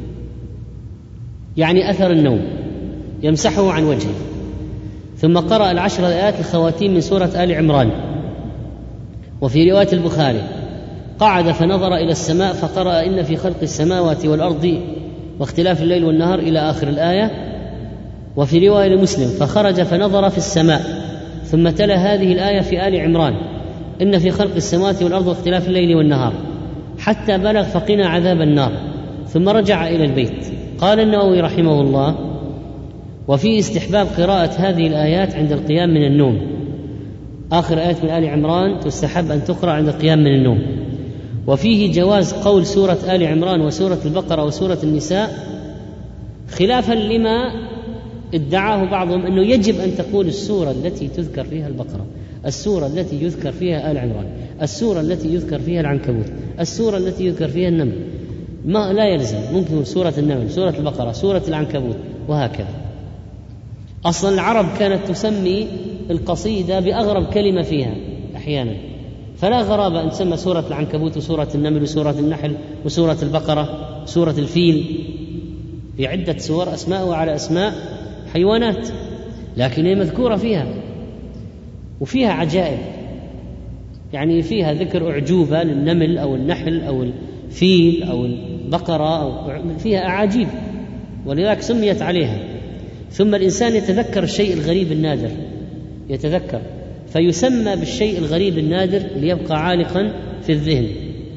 B: يعني أثر النوم يمسحه عن وجهه، ثم قرأ العشر آيات الخواتيم من سورة آل عمران. وفي رواية البخاري: قعد فنظر إلى السماء فقرأ: إن في خلق السماوات والأرض واختلاف الليل والنهار إلى آخر الآية. وفي رواية لمسلم: فخرج فنظر في السماء، ثم تلا هذه الآية في آل عمران: إن في خلق السماوات والأرض واختلاف الليل والنهار، حتى بلغ فقنا عذاب النار، ثم رجع إلى البيت. قال النووي رحمه الله: وفي استحباب قراءة هذه الآيات عند القيام من النوم. آخر آيات من آل عمران تستحب أن تقرأ عند القيام من النوم. وفيه جواز قول سورة آل عمران وسورة البقرة وسورة النساء، خلافا لما ادعاه بعضهم أنه يجب أن تقول السورة التي تذكر فيها البقرة، السورة التي يذكر فيها آل عمران، السورة التي يذكر فيها العنكبوت، السورة التي يذكر فيها النمل. ما لا يلزم، ممكن سورة النمل، سورة البقرة، سورة العنكبوت، وهكذا. أصلا العرب كانت تسمي القصيدة بأغرب كلمة فيها أحيانا، فلا غرابة أن تسمى سورة العنكبوت وسورة النمل وسورة النحل وسورة البقرة وسورة الفيل، في عدة سور أسماء على أسماء حيوانات، لكن هي مذكورة فيها وفيها عجائب، يعني فيها ذكر أعجوبة للنمل أو النحل أو الفيل أو البقرة أو فيها أعاجيب، ولذلك سميت عليها. ثم الإنسان يتذكر الشيء الغريب النادر، يتذكر فيسمى بالشيء الغريب النادر ليبقى عالقا في الذهن.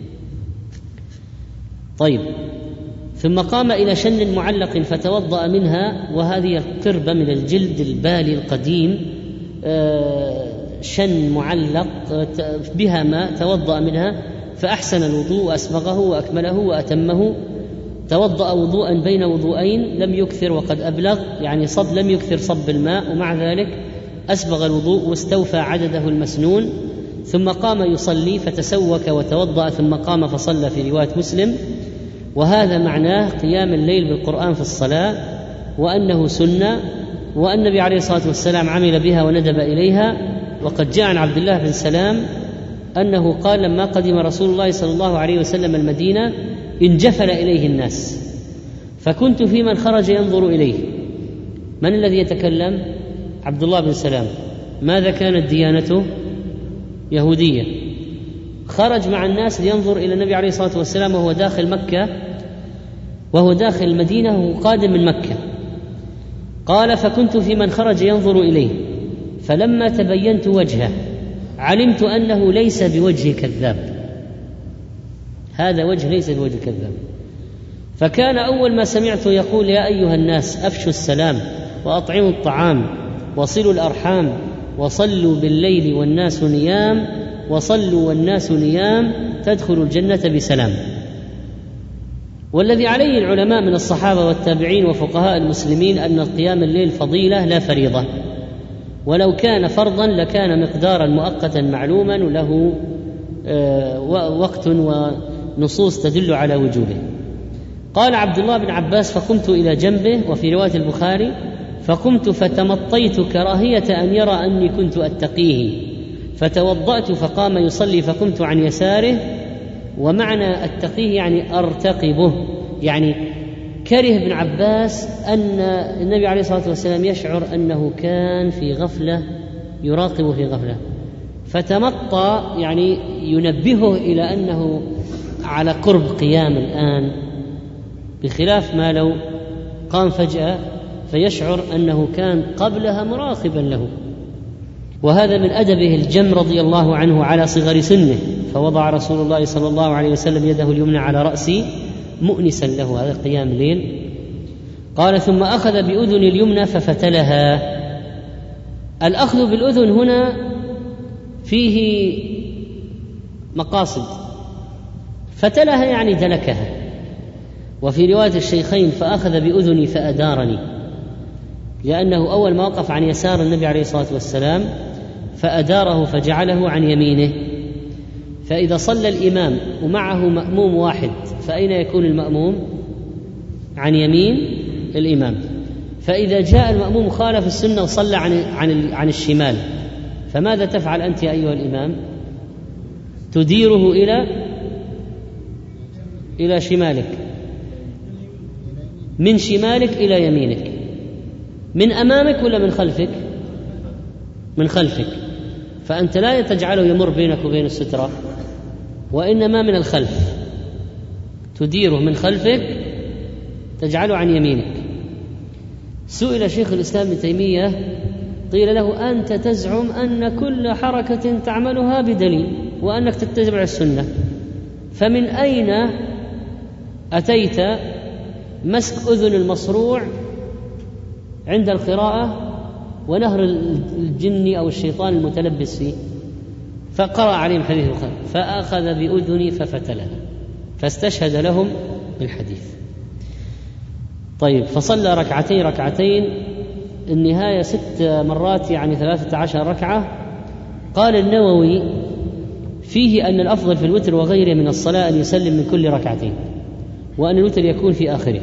B: طيب، ثم قام إلى شن معلق فتوضأ منها، وهذه القربة من الجلد البالي القديم، شن معلق بها ماء، توضأ منها فأحسن الوضوء وأسبغه وأكمله وأتمه. توضأ وضوءا بين وضوءين لم يكثر وقد أبلغ، يعني صب لم يكثر صب الماء، ومع ذلك أسبغ الوضوء واستوفى عدده المسنون. ثم قام يصلي فتسوك وتوضأ ثم قام فصلى في رواية مسلم. وهذا معناه قيام الليل بالقرآن في الصلاة، وأنه سنة، وأن النبي عليه الصلاة والسلام عمل بها وندب إليها. وقد جاء عن عبد الله بن سلام أنه قال لما قدم رسول الله صلى الله عليه وسلم المدينة انجفل إليه الناس، فكنت في من خرج ينظر إليه. من الذي يتكلم؟ عبد الله بن سلام. ماذا كانت ديانته؟ يهودية. خرج مع الناس لينظر إلى النبي عليه الصلاة والسلام وهو داخل مكة، وهو داخل المدينة وهو قادم من مكة. قال فكنت في من خرج ينظر إليه، فلما تبينت وجهه علمت أنه ليس بوجه كذاب، هذا وجه ليس بوجه كذاب. فكان أول ما سمعته يقول يا أيها الناس أفشوا السلام وأطعموا الطعام وصلوا الأرحام وصلوا بالليل والناس نيام وصلوا والناس نيام تدخلوا الجنة بسلام. والذي عليه العلماء من الصحابة والتابعين وفقهاء المسلمين أن قيام الليل فضيلة لا فريضة، ولو كان فرضا لكان مقدارا مؤقتا معلوما له وقت ونصوص تدل على وجوبه. قال عبد الله بن عباس فقمت إلى جنبه، وفي رواية البخاري فقمت فتمطيت كراهية أن يرى أني كنت أتقيه، فتوضأت فقام يصلي فقمت عن يساره. ومعنى أتقيه يعني أرتقبه، يعني كره ابن عباس أن النبي عليه الصلاة والسلام يشعر أنه كان في غفلة، يراقب في غفلة، فتمطى يعني ينبهه إلى أنه على قرب قيام الآن، بخلاف ما لو قام فجأة فيشعر أنه كان قبلها مراقبا له. وهذا من أدبه الجم رضي الله عنه على صغر سنه، فوضع رسول الله صلى الله عليه وسلم يده اليمنى على رأسي مؤنسا له، هذا قيام الليل. قال ثم أخذ بأذن اليمنى ففتلها. الأخذ بالأذن هنا فيه مقاصد، فتلها يعني دلكها، وفي رواية الشيخين فأخذ بأذني فأدارني، لأنه أول ما وقف عن يسار النبي عليه الصلاة والسلام فأداره فجعله عن يمينه. فإذا صلى الإمام ومعه مأموم واحد فأين يكون المأموم؟ عن يمين الإمام. فإذا جاء المأموم خالف السنة وصلى عن عن عن الشمال، فماذا تفعل أنت يا أيها الإمام؟ تديره إلى إلى شمالك، من شمالك إلى يمينك، من أمامك ولا من خلفك؟ من خلفك. فأنت لا تجعله يمر بينك وبين السترة، وإنما من الخلف، تديره من خلفك تجعله عن يمينك. سئل شيخ الإسلام ابن تيمية قيل له أنت تزعم أن كل حركة تعملها بدليل وأنك تتبع السنة، فمن أين أتيت مسك أذن المصروع عند القراءة ونهر الجن أو الشيطان المتلبس فيه؟ فقرأ عليهم حديث البخاري فأخذ بأذني ففتلها، فاستشهد لهم بالحديث. طيب، فصلى ركعتين ركعتين النهاية ست مرات يعني ثلاثة عشر ركعة. قال النووي فيه أن الأفضل في الوتر وغيره من الصلاة أن يسلم من كل ركعتين، وأن الوتر يكون في آخره.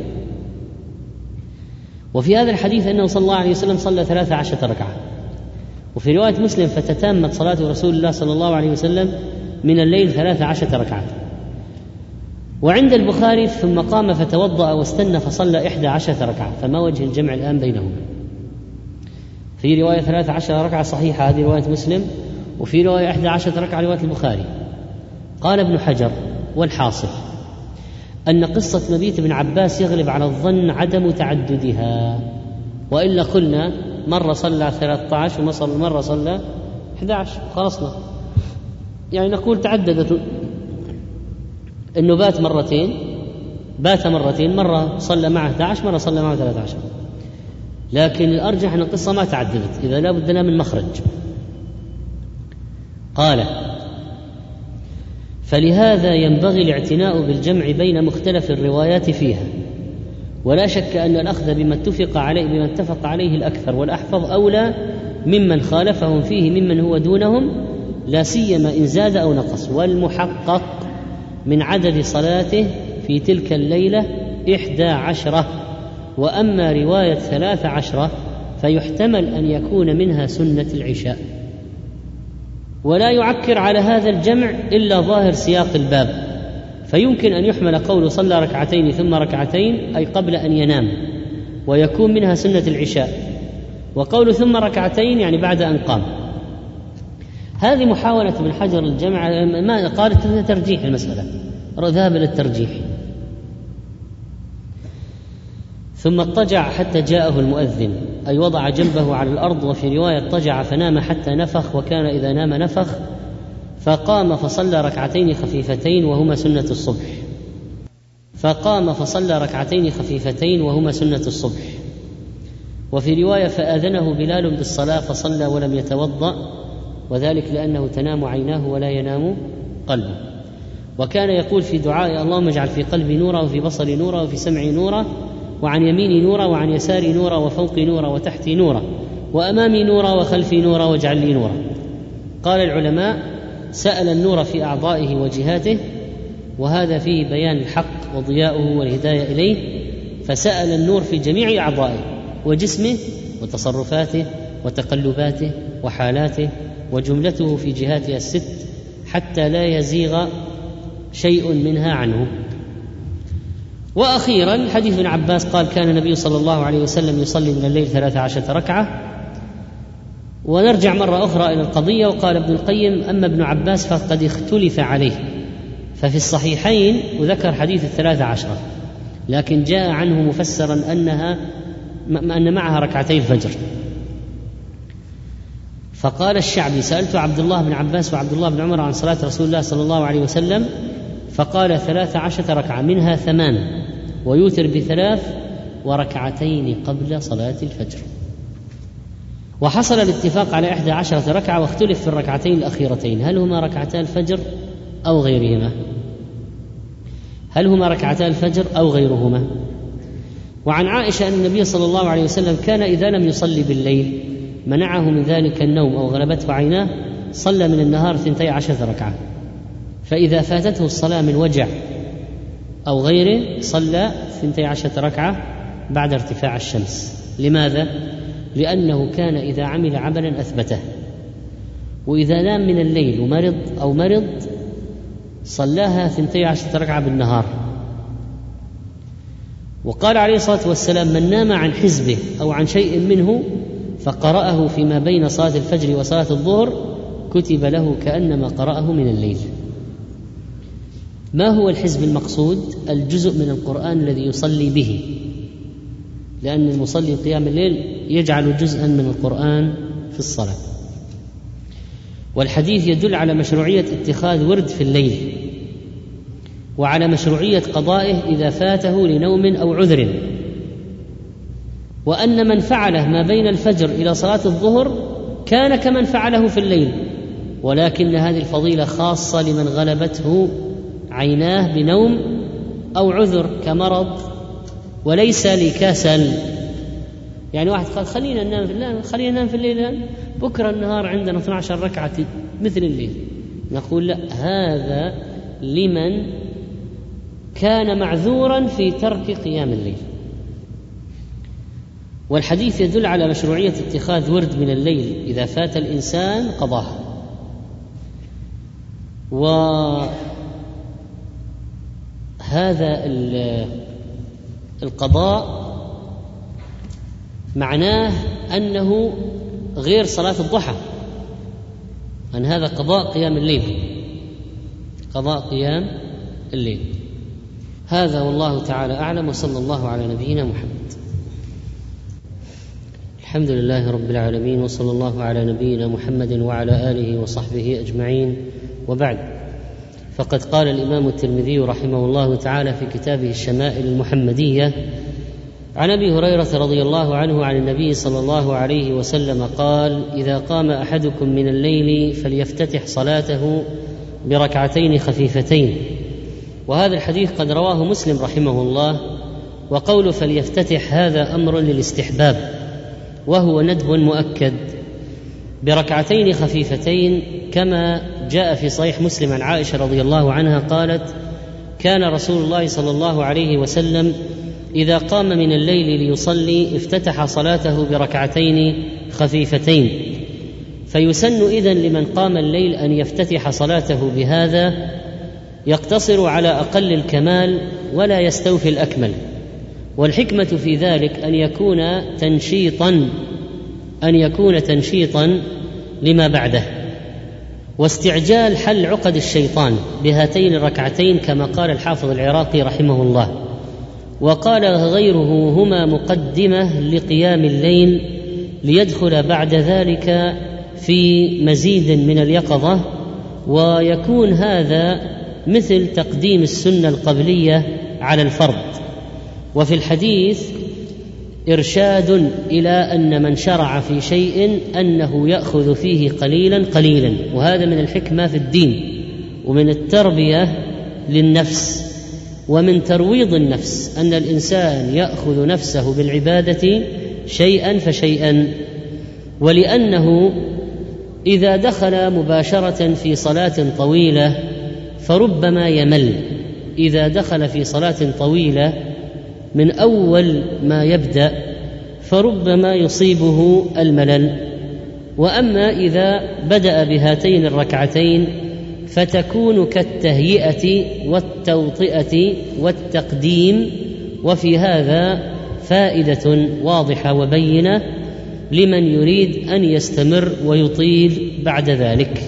B: وفي هذا الحديث أنه صلى الله عليه وسلم صلى ثلاث عشرة ركعة. وفي رواية مسلم فتتامت صلاة رسول الله صلى الله عليه وسلم من الليل ثلاث عشرة ركعة. وعند البخاري ثم قام فتوضأ واستنى فصلى إحدى عشرة ركعة. فما وجه الجمع الآن بينهما؟ في رواية ثلاث عشرة ركعة صحيحة هذه رواية مسلم، وفي رواية إحدى عشرة ركعة رواية البخاري. قال ابن حجر: والحاصل أن قصة مبيت ابن عباس يغلب على الظن عدم تعددها، وإلا قلنا مرة صلى ثلاثة عشر ومرة صلى إحدى عشر خلصنا، يعني نقول تعددت، إنه بات مرتين بات مرتين مرة صلى معه إحدى عشر مرة صلى معه ثلاثة عشر. لكن الأرجح أن القصة ما تعددت، إذا لا بد لنا من مخرج. قال: فلهذا ينبغي الاعتناء بالجمع بين مختلف الروايات فيها، ولا شك أن الأخذ بما اتفق عليه بما اتفق عليه الأكثر والأحفظ أولى ممن خالفهم فيه ممن هو دونهم، لا سيما إن زاد أو نقص. والمحقق من عدد صلاته في تلك الليلة إحدى عشرة، وأما رواية ثلاث عشرة فيحتمل أن يكون منها سنة العشاء. ولا يعكر على هذا الجمع إلا ظاهر سياق الباب، فيمكن أن يحمل قول صلى ركعتين ثم ركعتين أي قبل أن ينام، ويكون منها سنة العشاء، وقول ثم ركعتين يعني بعد أن قام. هذه محاولة من حجر الجمع، ما قالت ترجيح المسألة، ذهب إلى الترجيح. ثم اضطجع حتى جاءه المؤذن، أي وضع جنبه على الأرض. وفي رواية اضطجع فنام حتى نفخ، وكان إذا نام نفخ. فقام فصلى ركعتين خفيفتين وهما سنة الصبح فقام فصلى ركعتين خفيفتين وهما سنة الصبح. وفي رواية فآذنه بلال بالصلاة فصلى ولم يتوضأ، وذلك لأنه تنام عيناه ولا ينام قلبه. وكان يقول في دعائه: اللهم اجعل في قلبي نورا وفي بصري نورا وفي سمعي نورا وعن يميني نورا وعن يساري نورا وفوقي نورا وتحتي نورا وأمامي نورا وخلفي نورا واجعل لي نورا. قال العلماء: سأل النور في أعضائه وجهاته، وهذا فيه بيان الحق وضياؤه والهداية إليه، فسأل النور في جميع أعضائه وجسمه وتصرفاته وتقلباته وحالاته وجملته في جهاتها الست، حتى لا يزيغ شيء منها عنه. وأخيرا حديث ابن عباس قال: كان النبي صلى الله عليه وسلم يصلي من الليل ثلاث عشرة ركعة. ونرجع مرة أخرى إلى القضية. وقال ابن القيم: أما ابن عباس فقد اختلف عليه، ففي الصحيحين وذكر حديث الثلاث عشرة، لكن جاء عنه مفسرا أنها أن معها ركعتي الفجر. فقال الشعبي: سألت عبد الله بن عباس وعبد الله بن عمر عن صلاة رسول الله صلى الله عليه وسلم، فقال: ثلاث عشرة ركعة منها ثمان، ويوتر بثلاث وركعتين قبل صلاة الفجر. وحصل الاتفاق على إحدى عشرة ركعة، واختلف في الركعتين الأخيرتين هل هما ركعتا الفجر أو غيرهما هل هما ركعتا الفجر أو غيرهما. وعن عائشة أن النبي صلى الله عليه وسلم كان إذا لم يصلي بالليل منعه من ذلك النوم أو غلبته عيناه صلى من النهار ثنتي عشرة ركعة، فإذا فاتته الصلاة من وجع أو غيره صلى ثنتي عشرة ركعة بعد ارتفاع الشمس. لماذا؟ لأنه كان إذا عمل عملا أثبته، وإذا نام من الليل ومرض أو مرض صلاها ثنتي عشرة ركعة بالنهار. وقال عليه الصلاة والسلام: من نام عن حزبه أو عن شيء منه فقرأه فيما بين صلاة الفجر وصلاة الظهر كتب له كأنما قرأه من الليل. ما هو الحزب المقصود؟ الجزء من القرآن الذي يصلي به، لأن المصلي قيام الليل يجعل جزءا من القرآن في الصلاة. والحديث يدل على مشروعية اتخاذ ورد في الليل، وعلى مشروعية قضائه إذا فاته لنوم أو عذر، وأن من فعله ما بين الفجر إلى صلاة الظهر كان كمن فعله في الليل، ولكن هذه الفضيلة خاصة لمن غلبته عيناه بنوم أو عذر كمرض، وليس لكسل. يعني واحد قال: خلينا ننام في الليل خلينا ننام في الليل بكرة النهار عندنا اثنتي عشرة ركعة مثل الليل. نقول: لا، هذا لمن كان معذورا في ترك قيام الليل. والحديث يدل على مشروعية اتخاذ ورد من الليل إذا فات الإنسان قضاها. وهذا القضاء معناه أنه غير صلاة الضحى، أن هذا قضاء قيام الليل، قضاء قيام الليل. هذا والله تعالى أعلم، وصلى الله على نبينا محمد. الحمد لله رب العالمين، وصلى الله على نبينا محمد وعلى آله وصحبه أجمعين، وبعد. فقد قال الإمام الترمذي رحمه الله تعالى في كتابه الشمائل المحمدية عن أبي هريرة رضي الله عنه عن النبي صلى الله عليه وسلم قال: إذا قام أحدكم من الليل فليفتتح صلاته بركعتين خفيفتين. وهذا الحديث قد رواه مسلم رحمه الله. وقول فليفتتح هذا أمر للاستحباب، وهو ندب مؤكد بركعتين خفيفتين، كما جاء في صحيح مسلم عن عائشة رضي الله عنها قالت: كان رسول الله صلى الله عليه وسلم إذا قام من الليل ليصلي افتتح صلاته بركعتين خفيفتين. فيسن إذن لمن قام الليل أن يفتتح صلاته بهذا، يقتصر على أقل الكمال ولا يستوفي الأكمل. والحكمة في ذلك أن يكون تنشيطا أن يكون تنشيطا لما بعده، واستعجال حل عقد الشيطان بهاتين الركعتين، كما قال الحافظ العراقي رحمه الله. وقال غيره: هما مقدمة لقيام الليل ليدخل بعد ذلك في مزيد من اليقظة، ويكون هذا مثل تقديم السنة القبلية على الفرض. وفي الحديث إرشاد إلى أن من شرع في شيء أنه يأخذ فيه قليلا قليلا، وهذا من الحكمة في الدين، ومن التربية للنفس، ومن ترويض النفس، أن الإنسان يأخذ نفسه بالعبادة شيئا فشيئا. ولأنه إذا دخل مباشرة في صلاة طويلة فربما يمل، إذا دخل في صلاة طويلة من أول ما يبدأ فربما يصيبه الملل. وأما إذا بدأ بهاتين الركعتين فتكون كالتهيئة والتوطئة والتقديم، وفي هذا فائدة واضحة وبينة لمن يريد أن يستمر ويطيل بعد ذلك.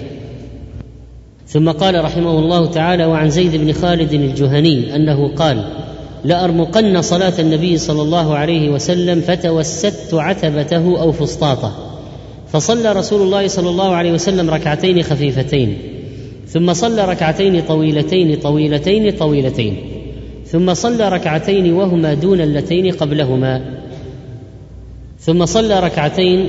B: ثم قال رحمه الله تعالى: وعن زيد بن خالد الجهني أنه قال: لأرمقن صلاة النبي صلى الله عليه وسلم فتوسدت عتبته أو فسطاطه، فصلى رسول الله صلى الله عليه وسلم ركعتين خفيفتين، ثم صلى ركعتين طويلتين طويلتين طويلتين، ثم صلى ركعتين وهما دون اللتين قبلهما، ثم صلى ركعتين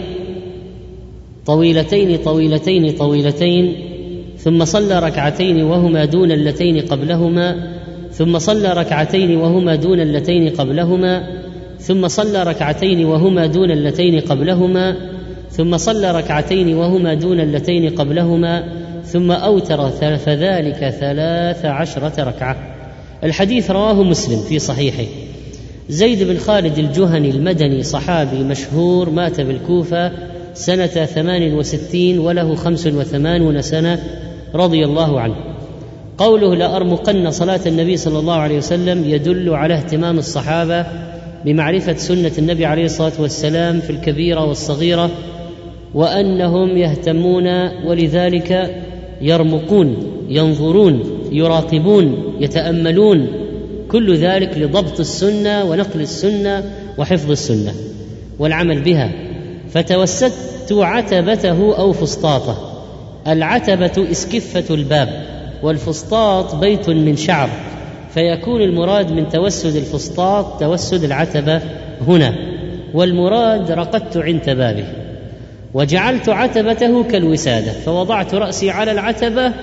B: طويلتين طويلتين طويلتين، ثم صلى ركعتين وهما دون اللتين قبلهما، ثم صلى ركعتين وهما دون اللتين قبلهما، ثم صلى ركعتين وهما دون اللتين قبلهما، ثم صلى ركعتين وهما دون اللتين قبلهما، ثم أوتر، فذلك ثلاث عشرة ركعة. الحديث رواه مسلم في صحيحه. زيد بن خالد الجهني المدني صحابي مشهور، مات بالكوفة سنة ثمان وستين وله خمس وثمانون سنة رضي الله عنه. قوله لأرمقن صلاة النبي صلى الله عليه وسلم يدل على اهتمام الصحابة بمعرفة سنة النبي عليه الصلاة والسلام في الكبيرة والصغيرة، وأنهم يهتمون ولذلك يرمقون، ينظرون، يراقبون، يتأملون، كل ذلك لضبط السنة ونقل السنة وحفظ السنة والعمل بها. فتوسدت عتبته أو فسطاطه. العتبة إسكفة الباب، والفسطاط بيت من شعر، فيكون المراد من توسد الفسطاط توسد العتبة هنا، والمراد رقدت عند بابه. وجعلت عتبته كالوسادة، فوضعت رأسي على العتبة،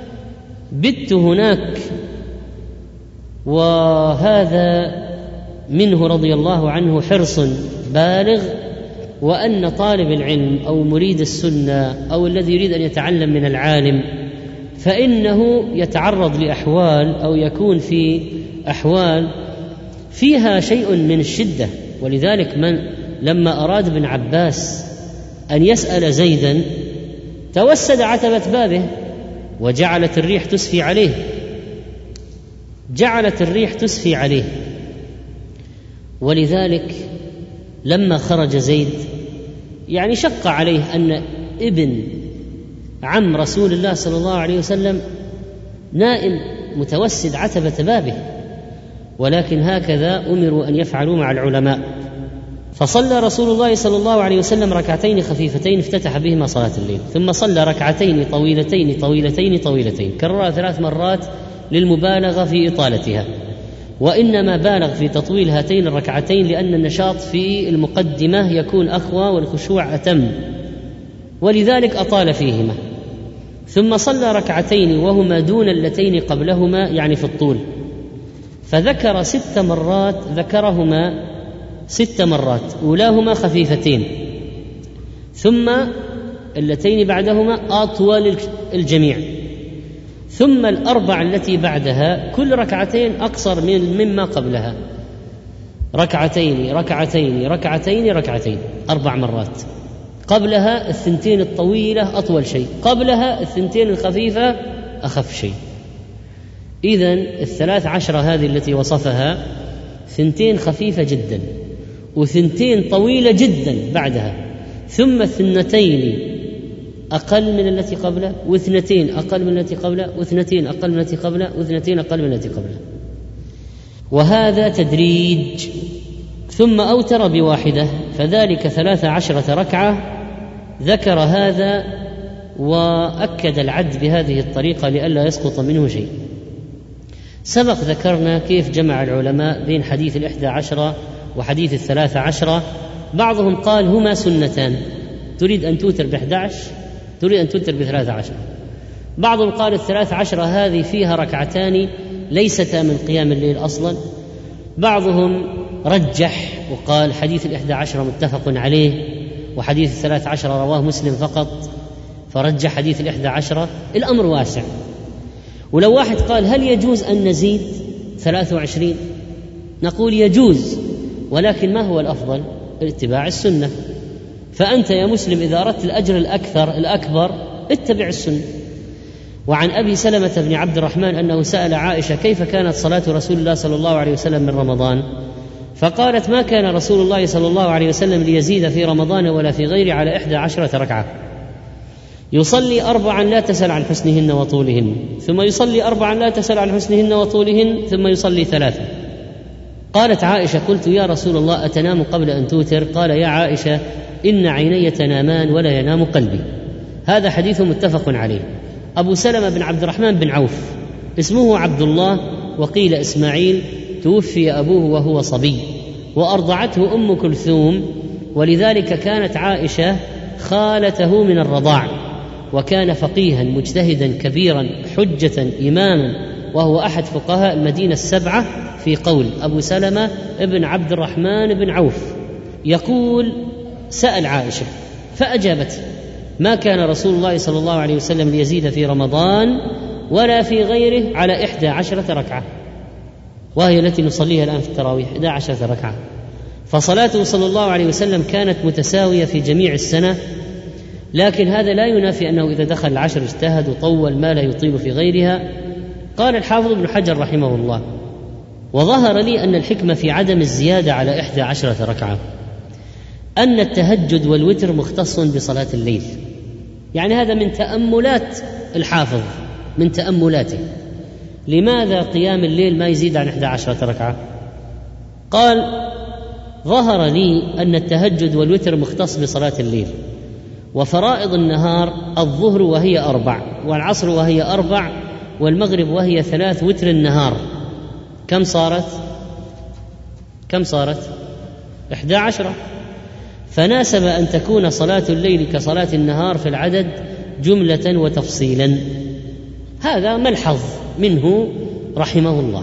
B: بت هناك. وهذا منه رضي الله عنه حرص بالغ، وأن طالب العلم أو مريد السنة أو الذي يريد أن يتعلم من العالم فإنه يتعرض لأحوال أو يكون في أحوال فيها شيء من الشدة. ولذلك من لما أراد ابن عباس أن يسأل زيدا توسد عتبة بابه وجعلت الريح تسفي عليه جعلت الريح تسفي عليه ولذلك لما خرج زيد يعني شق عليه أن ابن عم رسول الله صلى الله عليه وسلم نائم متوسد عتبة بابه، ولكن هكذا أمروا أن يفعلوا مع العلماء. فصلى رسول الله صلى الله عليه وسلم ركعتين خفيفتين افتتح بهما صلاة الليل، ثم صلى ركعتين طويلتين طويلتين طويلتين كررها ثلاث مرات للمبالغة في إطالتها، وإنما بالغ في تطويل هاتين الركعتين لأن النشاط في المقدمة يكون أقوى والخشوع أتم، ولذلك أطال فيهما. ثم صلى ركعتين وهما دون اللتين قبلهما يعني في الطول، فذكر ست مرات ذكرهما ست مرات أولاهما خفيفتين، ثم اللتين بعدهما أطول الجميع، ثم الأربع التي بعدها كل ركعتين أقصر من مما قبلها، ركعتين ركعتين ركعتين ركعتين أربع مرات. قبلها الثنتين الطويلة أطول شيء، قبلها الثنتين الخفيفة أخف شيء. إذن الثلاث عشرة هذه التي وصفها ثنتين خفيفة جدا وثنتين طويلة جدا بعدها، ثم اثنتين أقل من التي قبلها واثنتين أقل من التي قبلها واثنتين أقل من التي قبلها واثنتين أقل من التي قبلها، وهذا تدريج. ثم أوتر بواحدة فذلك ثلاث عشرة ركعة. ذكر هذا وأكد العد بهذه الطريقة لئلا يسقط منه شيء. سبق ذكرنا كيف جمع العلماء بين حديث الإحدى عشرة وحديث الثلاث عشرة. بعضهم قال هما سنتان، تريد أن توتر بإحدى عشر تريد أن توتر بثلاث عشر. بعضهم قال الثلاث عشرة هذه فيها ركعتان ليستا من قيام الليل أصلا. بعضهم رجح وقال حديث الإحدى عشرة متفق عليه وحديث الثلاث عشرة رواه مسلم فقط، فرجح حديث الإحدى عشرة. الأمر واسع. ولو واحد قال هل يجوز أن نزيد ثلاث وعشرين، نقول يجوز، ولكن ما هو الأفضل؟ اتباع السنة. فأنت يا مسلم إذا أردت الأجر الأكثر الأكبر اتبع السنة. وعن أبي سلمة بن عبد الرحمن أنه سأل عائشة كيف كانت صلاة رسول الله صلى الله عليه وسلم من رمضان، فقالت ما كان رسول الله صلى الله عليه وسلم ليزيد في رمضان ولا في غيره على إحدى عشرة ركعة، يصلي أربعا لا تسأل عن حسنهن وطولهن، ثم يصلي أربعا لا تسأل عن حسنهن وطولهن، ثم يصلي ثلاثا. قالت عائشة قلت يا رسول الله أتنام قبل أن توتر؟ قال يا عائشة إن عيني تنامان ولا ينام قلبي. هذا حديث متفق عليه. أبو سلمة بن عبد الرحمن بن عوف اسمه عبد الله وقيل إسماعيل، توفي أبوه وهو صبي وأرضعته أم كلثوم، ولذلك كانت عائشة خالته من الرضاع، وكان فقيها مجتهدا كبيرا حجة إماما، وهو أحد فقهاء المدينة السبعة في قول أبو سلمة بن عبد الرحمن بن عوف. يقول سأل عائشة فأجابت ما كان رسول الله صلى الله عليه وسلم ليزيد في رمضان ولا في غيره على إحدى عشرة ركعة، وهي التي نصليها الآن في التراويح إحدى عشرة ركعة. فصلاته صلى الله عليه وسلم كانت متساوية في جميع السنة، لكن هذا لا ينافي أنه إذا دخل العشر اجتهد وطول ما لا يطيل في غيرها. قال الحافظ ابن حجر رحمه الله وظهر لي أن الحكمة في عدم الزيادة على إحدى عشرة ركعة أن التهجد والوتر مختص بصلاة الليل، يعني هذا من تأملات الحافظ من تأملاته. لماذا قيام الليل ما يزيد عن إحدى عشرة ركعة؟ قال ظهر لي أن التهجد والوتر مختص بصلاة الليل، وفرائض النهار الظهر وهي أربع، والعصر وهي أربع، والمغرب وهي ثلاث، وتر النهار كم صارت؟ كم صارت؟ إحدى عشرة. فناسب أن تكون صلاة الليل كصلاة النهار في العدد جملة وتفصيلا. هذا ملحظ منه رحمه الله.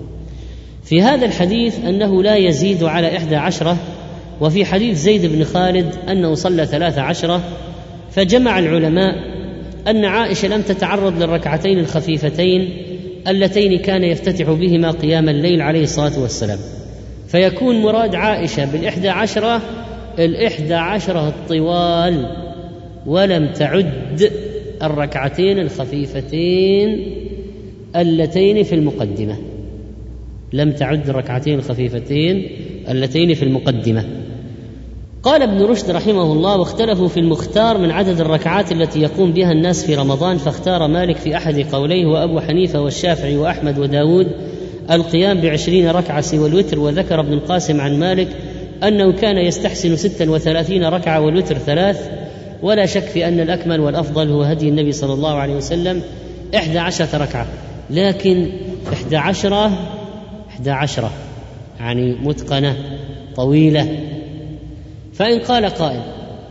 B: في هذا الحديث أنه لا يزيد على إحدى عشرة، وفي حديث زيد بن خالد أنه صلى ثلاث عشرة. فجمع العلماء أن عائشة لم تتعرض للركعتين الخفيفتين اللتين كان يفتتح بهما قيام الليل عليه الصلاة والسلام، فيكون مراد عائشة بالإحدى عشرة الإحدى عشرة الطوال، ولم تعد الركعتين الخفيفتين اللتين في المقدمة، لم تعد الركعتين الخفيفتين اللتين في المقدمة. قال ابن رشد رحمه الله: واختلفوا في المختار من عدد الركعات التي يقوم بها الناس في رمضان، فاختار مالك في أحد قوليه وأبو حنيفة والشافعي وأحمد وداود القيام بعشرين ركعة سوى الوتر. وذكر ابن القاسم عن مالك أنه كان يستحسن ستا وثلاثين ركعة والوتر ثلاث، ولا شك في أن الأكمل والأفضل هو هدي النبي صلى الله عليه وسلم إحدى عشرة ركعة، لكن إحدى عشرة إحدى عشرة يعني متقنة طويلة. فإن قال قائل: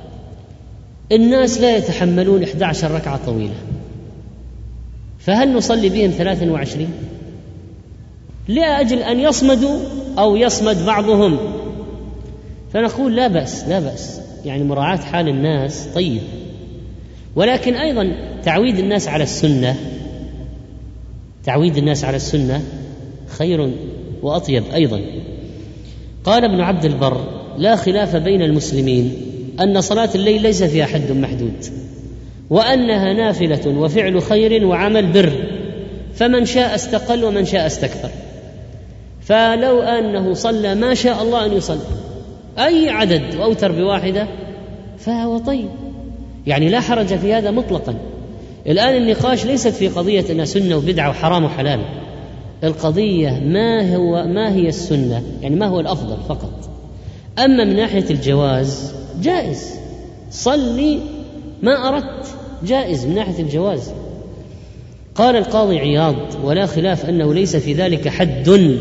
B: الناس لا يتحملون إحدى عشرة ركعة طويلة، فهل نصلي بهم ثلاثا وعشرين لأجل أن يصمدوا أو يصمد بعضهم؟ فنقول لا بأس لا بأس، يعني مراعاة حال الناس طيب، ولكن أيضا تعويد الناس على السنة تعويد الناس على السنة خير وأطيب أيضا. قال ابن عبد البر: لا خلاف بين المسلمين أن صلاة الليل ليس فيها حد محدود، وأنها نافلة وفعل خير وعمل بر، فمن شاء استقل ومن شاء استكثر. فلو أنه صلى ما شاء الله أن يصلي أي عدد وأوتر بواحدة فهو طيب، يعني لا حرج في هذا مطلقا. الآن النقاش ليست في قضية أنها سنة وبدعة وحرام وحلال، القضية ما هو ما هي السنة، يعني ما هو الأفضل فقط. أما من ناحية الجواز جائز، صلي ما أردت، جائز من ناحية الجواز. قال القاضي عياض: ولا خلاف أنه ليس في ذلك حد،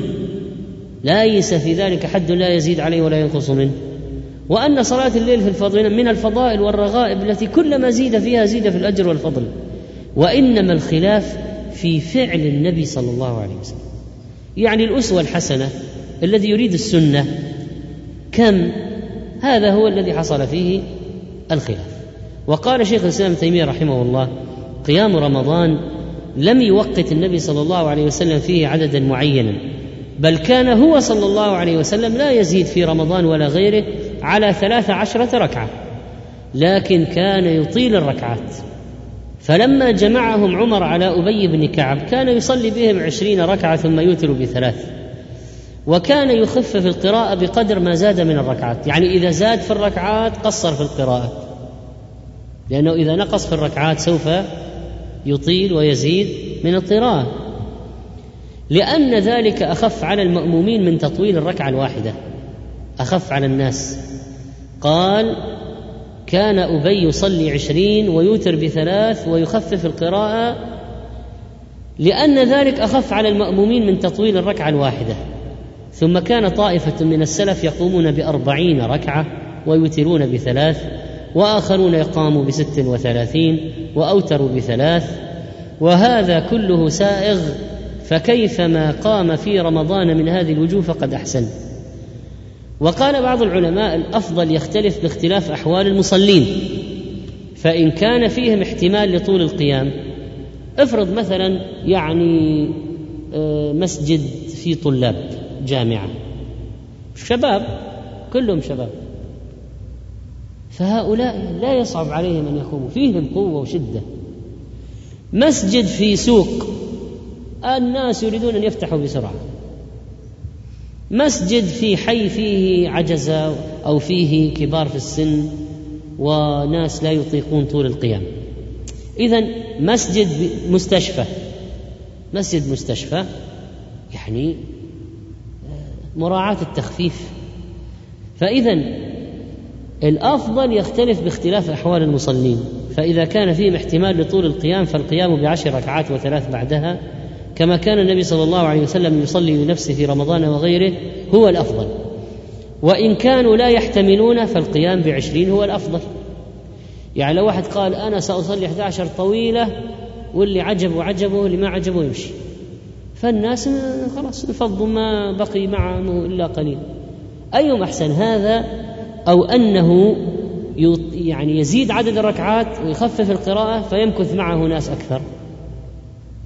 B: ليس في ذلك حد لا يزيد عليه ولا ينقص منه، وأن صلاة الليل في الفضل من الفضائل والرغائب التي كلما زيد فيها زيد في الأجر والفضل، وإنما الخلاف في فعل النبي صلى الله عليه وسلم، يعني الأسوة الحسنة الذي يريد السنة كم، هذا هو الذي حصل فيه الخلاف. وقال شيخ الإسلام ابن تيمية رحمه الله: قيام رمضان لم يوقت النبي صلى الله عليه وسلم فيه عددا معينا، بل كان هو صلى الله عليه وسلم لا يزيد في رمضان ولا غيره على ثلاث عشرة ركعة، لكن كان يطيل الركعات. فلما جمعهم عمر على أبي بن كعب كان يصلي بهم عشرين ركعة ثم يوتر بثلاث، وكان يخفف القراءة بقدر ما زاد من الركعات، يعني إذا زاد في الركعات قصر في القراءة، لأنه إذا نقص في الركعات سوف يطيل ويزيد من القراءة، لأن ذلك أخف على المأمومين من تطويل الركعة الواحدة، أخف على الناس. قال: كان أبي يصلي عشرين ويوتر بثلاث ويخفف القراءة، لأن ذلك أخف على المأمومين من تطويل الركعة الواحدة. ثم كان طائفة من السلف يقومون بأربعين ركعة ويوترون بثلاث، وآخرون يقاموا بست وثلاثين وأوتروا بثلاث، وهذا كله سائغ، فكيفما قام في رمضان من هذه الوجوه فقد أحسن. وقال بعض العلماء: الأفضل يختلف باختلاف أحوال المصلين، فإن كان فيهم احتمال لطول القيام، افرض مثلا يعني مسجد فيه طلاب جامعة شباب كلهم شباب، فهؤلاء لا يصعب عليهم أن يقوموا، فيهم قوة وشدة. مسجد في سوق الناس يريدون أن يفتحوا بسرعة، مسجد في حي فيه عجزة أو فيه كبار في السن وناس لا يطيقون طول القيام. إذن مسجد مستشفى مسجد مستشفى يعني مراعاة التخفيف. فإذن الأفضل يختلف باختلاف أحوال المصلين، فإذا كان فيهم احتمال لطول القيام فالقيام بعشر ركعات وثلاث بعدها، كما كان النبي صلى الله عليه وسلم يصلي لنفسه في رمضان وغيره، هو الأفضل. وإن كانوا لا يحتملون فالقيام بعشرين هو الأفضل. يعني لو واحد قال أنا سأصلي إحدى عشر طويلة واللي عجبه عجبه واللي ما عجبه يمشي، فالناس خلاص يفضوا ما بقي معه إلا قليل. أيهم أحسن، هذا أو أنه يعني يزيد عدد الركعات ويخفف القراءة فيمكث معه ناس أكثر؟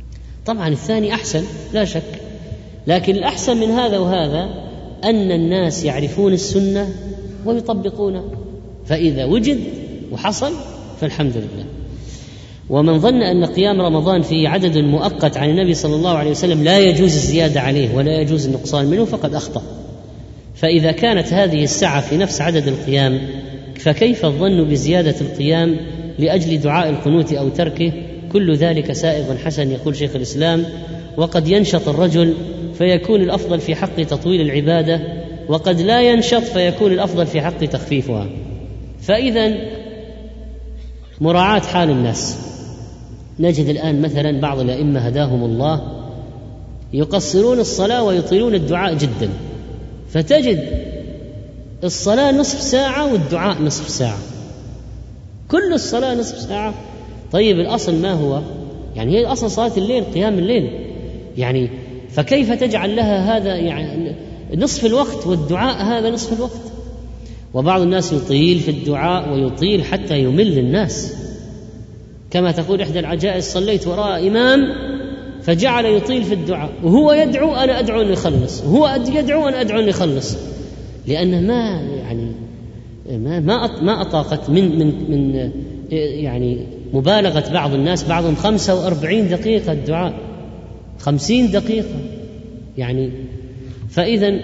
B: طبعا الثاني أحسن لا شك، لكن الأحسن من هذا وهذا أن الناس يعرفون السنة ويطبقونها، فإذا وجد وحصل فالحمد لله. ومن ظن أن قيام رمضان فيه عدد مؤقت عن النبي صلى الله عليه وسلم لا يجوز الزيادة عليه ولا يجوز النقصان منه فقد أخطأ، فإذا كانت هذه السعة في نفس عدد القيام فكيف الظن بزيادة القيام لأجل دعاء القنوت أو تركه؟ كل ذلك سائغ حسن، يقول شيخ الإسلام. وقد ينشط الرجل فيكون الأفضل في حق تطويل العبادة، وقد لا ينشط فيكون الأفضل في حق تخفيفها. فإذا مراعاة حال الناس، نجد الآن مثلا بعض الأئمة هداهم الله يقصرون الصلاة ويطيلون الدعاء جدا، فتجد الصلاة نصف ساعة والدعاء نصف ساعة، كل الصلاة نصف ساعة. طيب الأصل ما هو؟ يعني هي أصل صلاة الليل قيام الليل، يعني فكيف تجعل لها هذا يعني نصف الوقت والدعاء هذا نصف الوقت؟ وبعض الناس يطيل في الدعاء ويطيل حتى يمل الناس، كما تقول إحدى العجائز: صليت وراء إمام فجعل يطيل في الدعاء وهو يدعو أنا أدعو أن يخلص، وهو يدعو أنا أدعو أن يخلص، لأن ما يعني ما ما ما أطاقت من من من يعني مبالغة بعض الناس، بعضهم خمسة وأربعين دقيقة الدعاء، خمسين دقيقة يعني. فإذا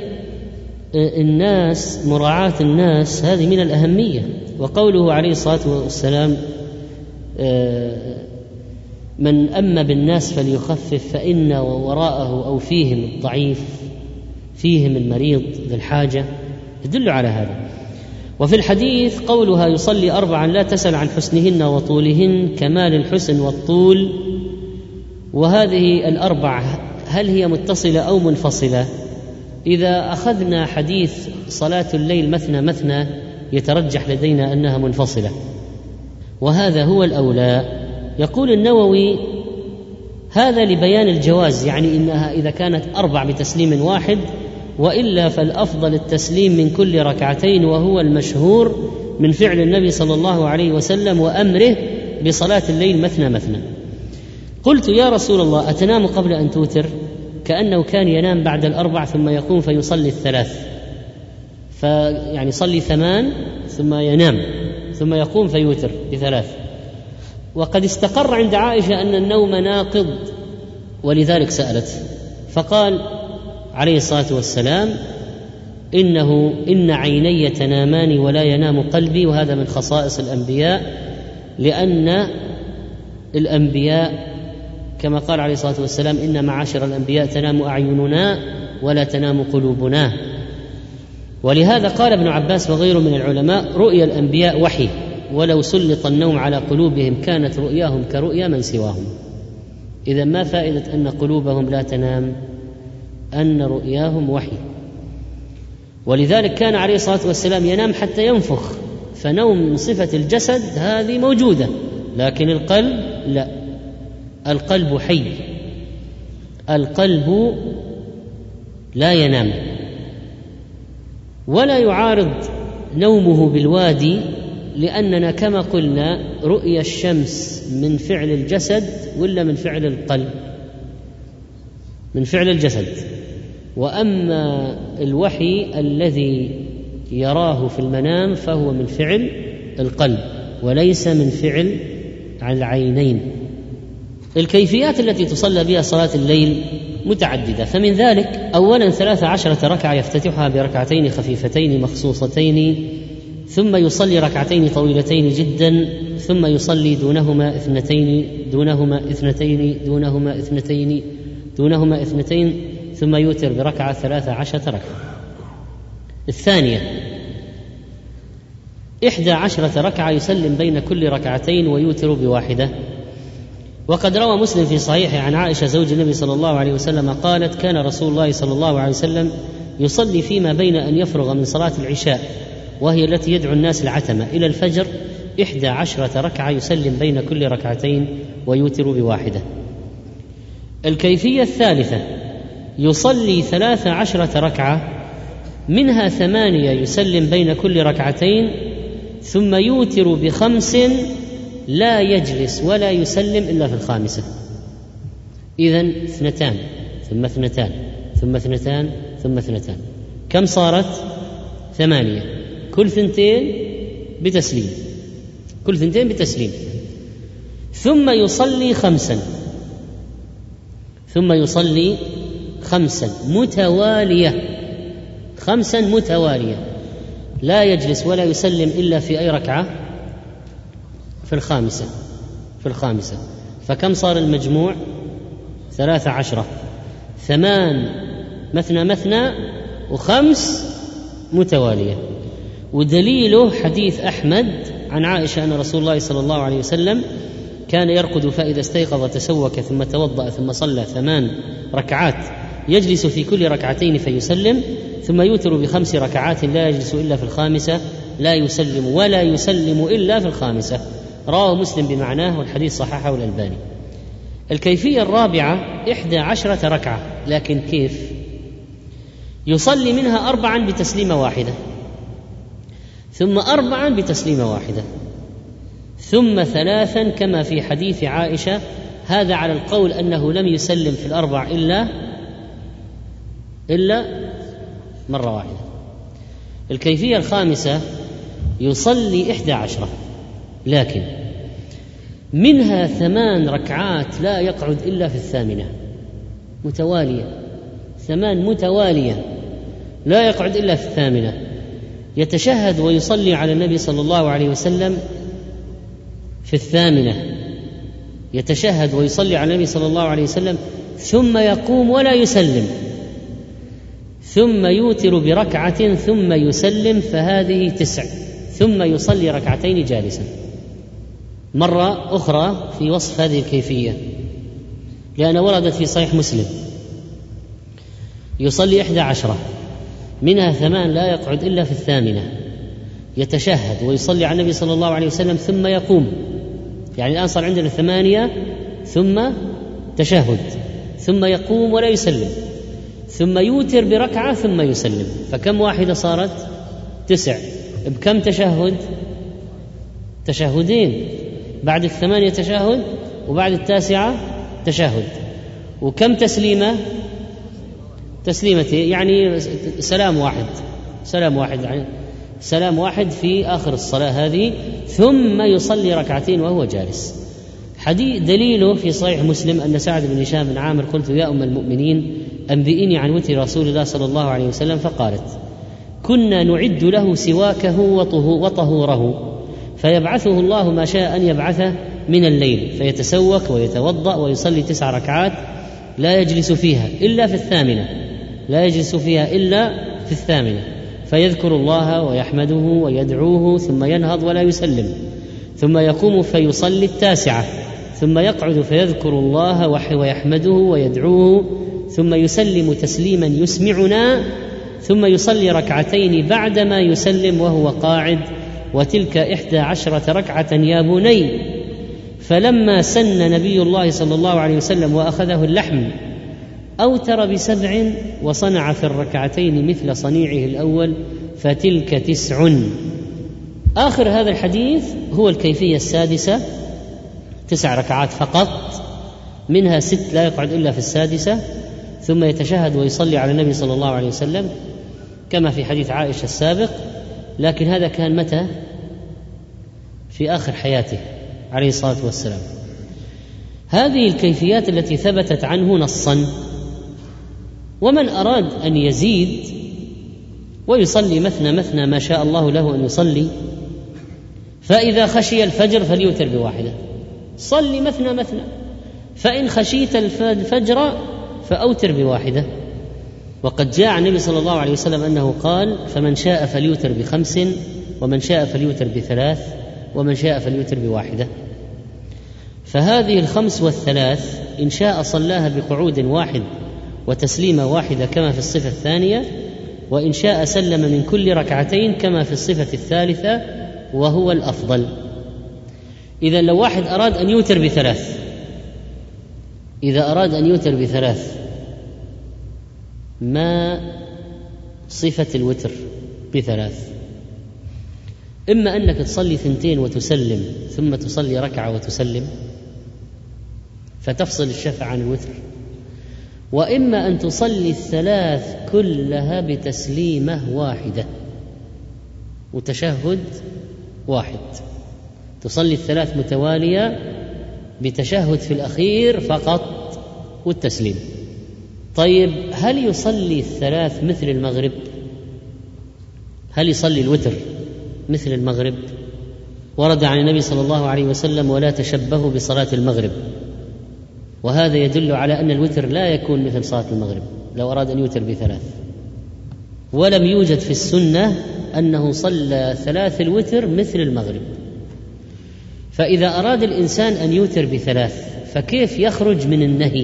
B: الناس مراعاة الناس هذه من الأهمية. وقوله عليه الصلاة والسلام: من أم بالناس فليخفف فإن وراءه أو فيهم الضعيف فيهم المريض ذي الحاجة، يدل على هذا. وفي الحديث قولها يصلي أربعا لا تسأل عن حسنهن وطولهن كمال الحسن والطول. وهذه الأربع هل هي متصلة أو منفصلة؟ إذا أخذنا حديث صلاة الليل مثنى مثنى يترجح لدينا أنها منفصلة، وهذا هو الأولى. يقول النووي: هذا لبيان الجواز، يعني إنها إذا كانت أربع بتسليم واحد، وإلا فالأفضل التسليم من كل ركعتين، وهو المشهور من فعل النبي صلى الله عليه وسلم وأمره بصلاة الليل مثنى مثنى. قلت: يا رسول الله أتنام قبل أن توتر؟ كأنه كان ينام بعد الأربع ثم يقوم فيصلي الثلاث، فيعني صلي ثمان ثم ينام ثم يقوم فيوتر بثلاث. وقد استقر عند عائشة أن النوم ناقض، ولذلك سألت، فقال عليه الصلاة والسلام: إنه إن عيني تنامان ولا ينام قلبي. وهذا من خصائص الأنبياء، لأن الأنبياء كما قال عليه الصلاة والسلام: إن معاشر الأنبياء تنام أعيننا ولا تنام قلوبنا. ولهذا قال ابن عباس وغيره من العلماء: رؤيا الأنبياء وحي، ولو سلط النوم على قلوبهم كانت رؤياهم كرؤيا من سواهم. إذا ما فائدة أن قلوبهم لا تنام؟ أن رؤياهم وحي. ولذلك كان عليه الصلاة والسلام ينام حتى ينفخ، فنوم صفة الجسد هذه موجودة، لكن القلب لا، القلب حي، القلب لا ينام. ولا يعارض نومه بالوادي، لأننا كما قلنا رؤيا الشمس من فعل الجسد ولا من فعل القلب؟ من فعل الجسد. وأما الوحي الذي يراه في المنام فهو من فعل القلب وليس من فعل العينين. الكيفيات التي تصلى بها صلاة الليل متعددة، فمن ذلك أولا ثلاث عشرة ركعة يفتتحها بركعتين خفيفتين مخصوصتين، ثم يصلي ركعتين طويلتين جدا، ثم يصلي دونهما اثنتين دونهما اثنتين دونهما اثنتين دونهما اثنتين ثم يوتر بركعة ثلاث عشرة ركعة. الثانية إحدى عشرة ركعة يسلم بين كل ركعتين ويوتر بواحدة. وقد روى مسلم في صحيحه عن عائشة زوج النبي صلى الله عليه وسلم قالت: كان رسول الله صلى الله عليه وسلم يصلي فيما بين أن يفرغ من صلاة العشاء، وهي التي يدعو الناس العتمة، إلى الفجر إحدى عشرة ركعة يسلم بين كل ركعتين ويوتر بواحدة. الكيفية الثالثة يصلي ثلاث عشرة ركعة، منها ثمانية يسلم بين كل ركعتين، ثم يوتر بخمس لا يجلس ولا يسلم إلا في الخامسة. إذن اثنتان ثم اثنتان ثم اثنتان ثم اثنتان، كم صارت؟ ثمانية. كل ثنتين بتسليم، كل ثنتين بتسليم. ثم يصلي خمسا، ثم يصلي خمسا متوالية، خمسا متوالية، لا يجلس ولا يسلم إلا في أي ركعة؟ في الخامسة، في الخامسة. فكم صار المجموع؟ ثلاثة عشرة، ثمان مثنى مثنى وخمس متوالية. ودليله حديث أحمد عن عائشة أن رسول الله صلى الله عليه وسلم كان يرقد فإذا استيقظ تسوك ثم توضأ ثم صلى ثمان ركعات يجلس في كل ركعتين فيسلم، ثم يوتر بخمس ركعات لا يجلس إلا في الخامسة، لا يسلم ولا يسلم إلا في الخامسة. رواه مسلم بمعناه، والحديث صححه الألباني. الكيفية الرابعة إحدى عشرة ركعة، لكن كيف؟ يصلي منها أربعا بتسليمة واحدة، ثم أربعا بتسليمة واحدة، ثم ثلاثا كما في حديث عائشة. هذا على القول أنه لم يسلم في الأربع إلا إلا مرة واحدة. الكيفية الخامسة يصلي إحدى عشرة، لكن منها ثمان ركعات لا يقعد إلا في الثامنة متوالية، ثمان متوالية لا يقعد إلا في الثامنة. يتشهد ويصلي على النبي صلى الله عليه وسلم في الثامنة، يتشهد ويصلي على النبي صلى الله عليه وسلم، ثم يقوم ولا يسلم، ثم يوتر بركعة ثم يسلم، فهذه تسع، ثم يصلي ركعتين جالسا. مرة أخرى في وصف هذه الكيفية، لأن وردت في صحيح مسلم. يصلي إحدى عشرة، منها ثمان لا يقعد إلا في الثامنة، يتشهد ويصلي على النبي صلى الله عليه وسلم ثم يقوم، يعني الآن صار عندنا ثمانية، ثم تشهد، ثم يقوم ولا يسلم، ثم يوتر بركعة ثم يسلم. فكم واحدة صارت؟ تسع. بكم تشهد؟ تشهدين، بعد الثمانية تشهد وبعد التاسعة تشهد. وكم تسليمة؟ تسليمتين، يعني سلام واحد، سلام واحد يعني سلام واحد في آخر الصلاة هذه، ثم يصلي ركعتين وهو جالس. حديث دليله في صحيح مسلم أن سعد بن هشام بن عامر قلت يا أم المؤمنين أنبئيني عن وتر رسول الله صلى الله عليه وسلم، فقالت كنا نعد له سواكه وطهوره، فيبعثه الله ما شاء أن يبعثه من الليل، فيتسوك ويتوضأ ويصلي تسع ركعات لا يجلس فيها إلا في الثامنة، لا يجلس فيها إلا في الثامنة، فيذكر الله ويحمده ويدعوه ثم ينهض ولا يسلم، ثم يقوم فيصلي التاسعة، ثم يقعد فيذكر الله ويحمده ويدعوه ثم يسلم تسليما يسمعنا، ثم يصلي ركعتين بعدما يسلم وهو قاعد، وتلك إحدى عشرة ركعة يا بني. فلما سن نبي الله صلى الله عليه وسلم وأخذه اللحم أوتر بسبع وصنع في الركعتين مثل صنيعه الأول، فتلك تسع. آخر هذا الحديث هو الكيفية السادسة، تسع ركعات فقط، منها ست لا يقعد إلا في السادسة، ثم يتشهد ويصلي على النبي صلى الله عليه وسلم كما في حديث عائشة السابق. لكن هذا كان متى؟ في آخر حياته عليه الصلاة والسلام. هذه الكيفيات التي ثبتت عنه نصا. ومن أراد أن يزيد ويصلي مثنى مثنى ما شاء الله له أن يصلي، فإذا خشي الفجر فليوتر بواحدة، صلي مثنى مثنى، فإن خشيت الفجر فأوتر بواحدة. وقد جاء عن النبي صلى الله عليه وسلم أنه قال فمن شاء فليوتر بخمس، ومن شاء فليوتر بثلاث، ومن شاء فليوتر بواحدة. فهذه الخمس والثلاث إن شاء صلاها بقعود واحد وتسليمة واحدة كما في الصفة الثانية، وإن شاء سلم من كل ركعتين كما في الصفة الثالثة، وهو الأفضل. إذا لو واحد أراد أن يوتر بثلاث، إذا أراد أن يوتر بثلاث، ما صفة الوتر بثلاث؟ إما أنك تصلي ثنتين وتسلم ثم تصلي ركعة وتسلم فتفصل الشفع عن الوتر، وإما أن تصلي الثلاث كلها بتسليمة واحدة وتشهد واحد، تصلي الثلاث متوالية بتشهد في الأخير فقط والتسليم. طيب هل يصلي الثلاث مثل المغرب؟ هل يصلي الوتر مثل المغرب؟ ورد عن النبي صلى الله عليه وسلم: ولا تشبهوا بصلاة المغرب. وهذا يدل على أن الوتر لا يكون مثل صلاة المغرب لو أراد أن يوتر بثلاث. ولم يوجد في السنة أنه صلى ثلاث الوتر مثل المغرب. فإذا أراد الإنسان أن يوتر بثلاث فكيف يخرج من النهي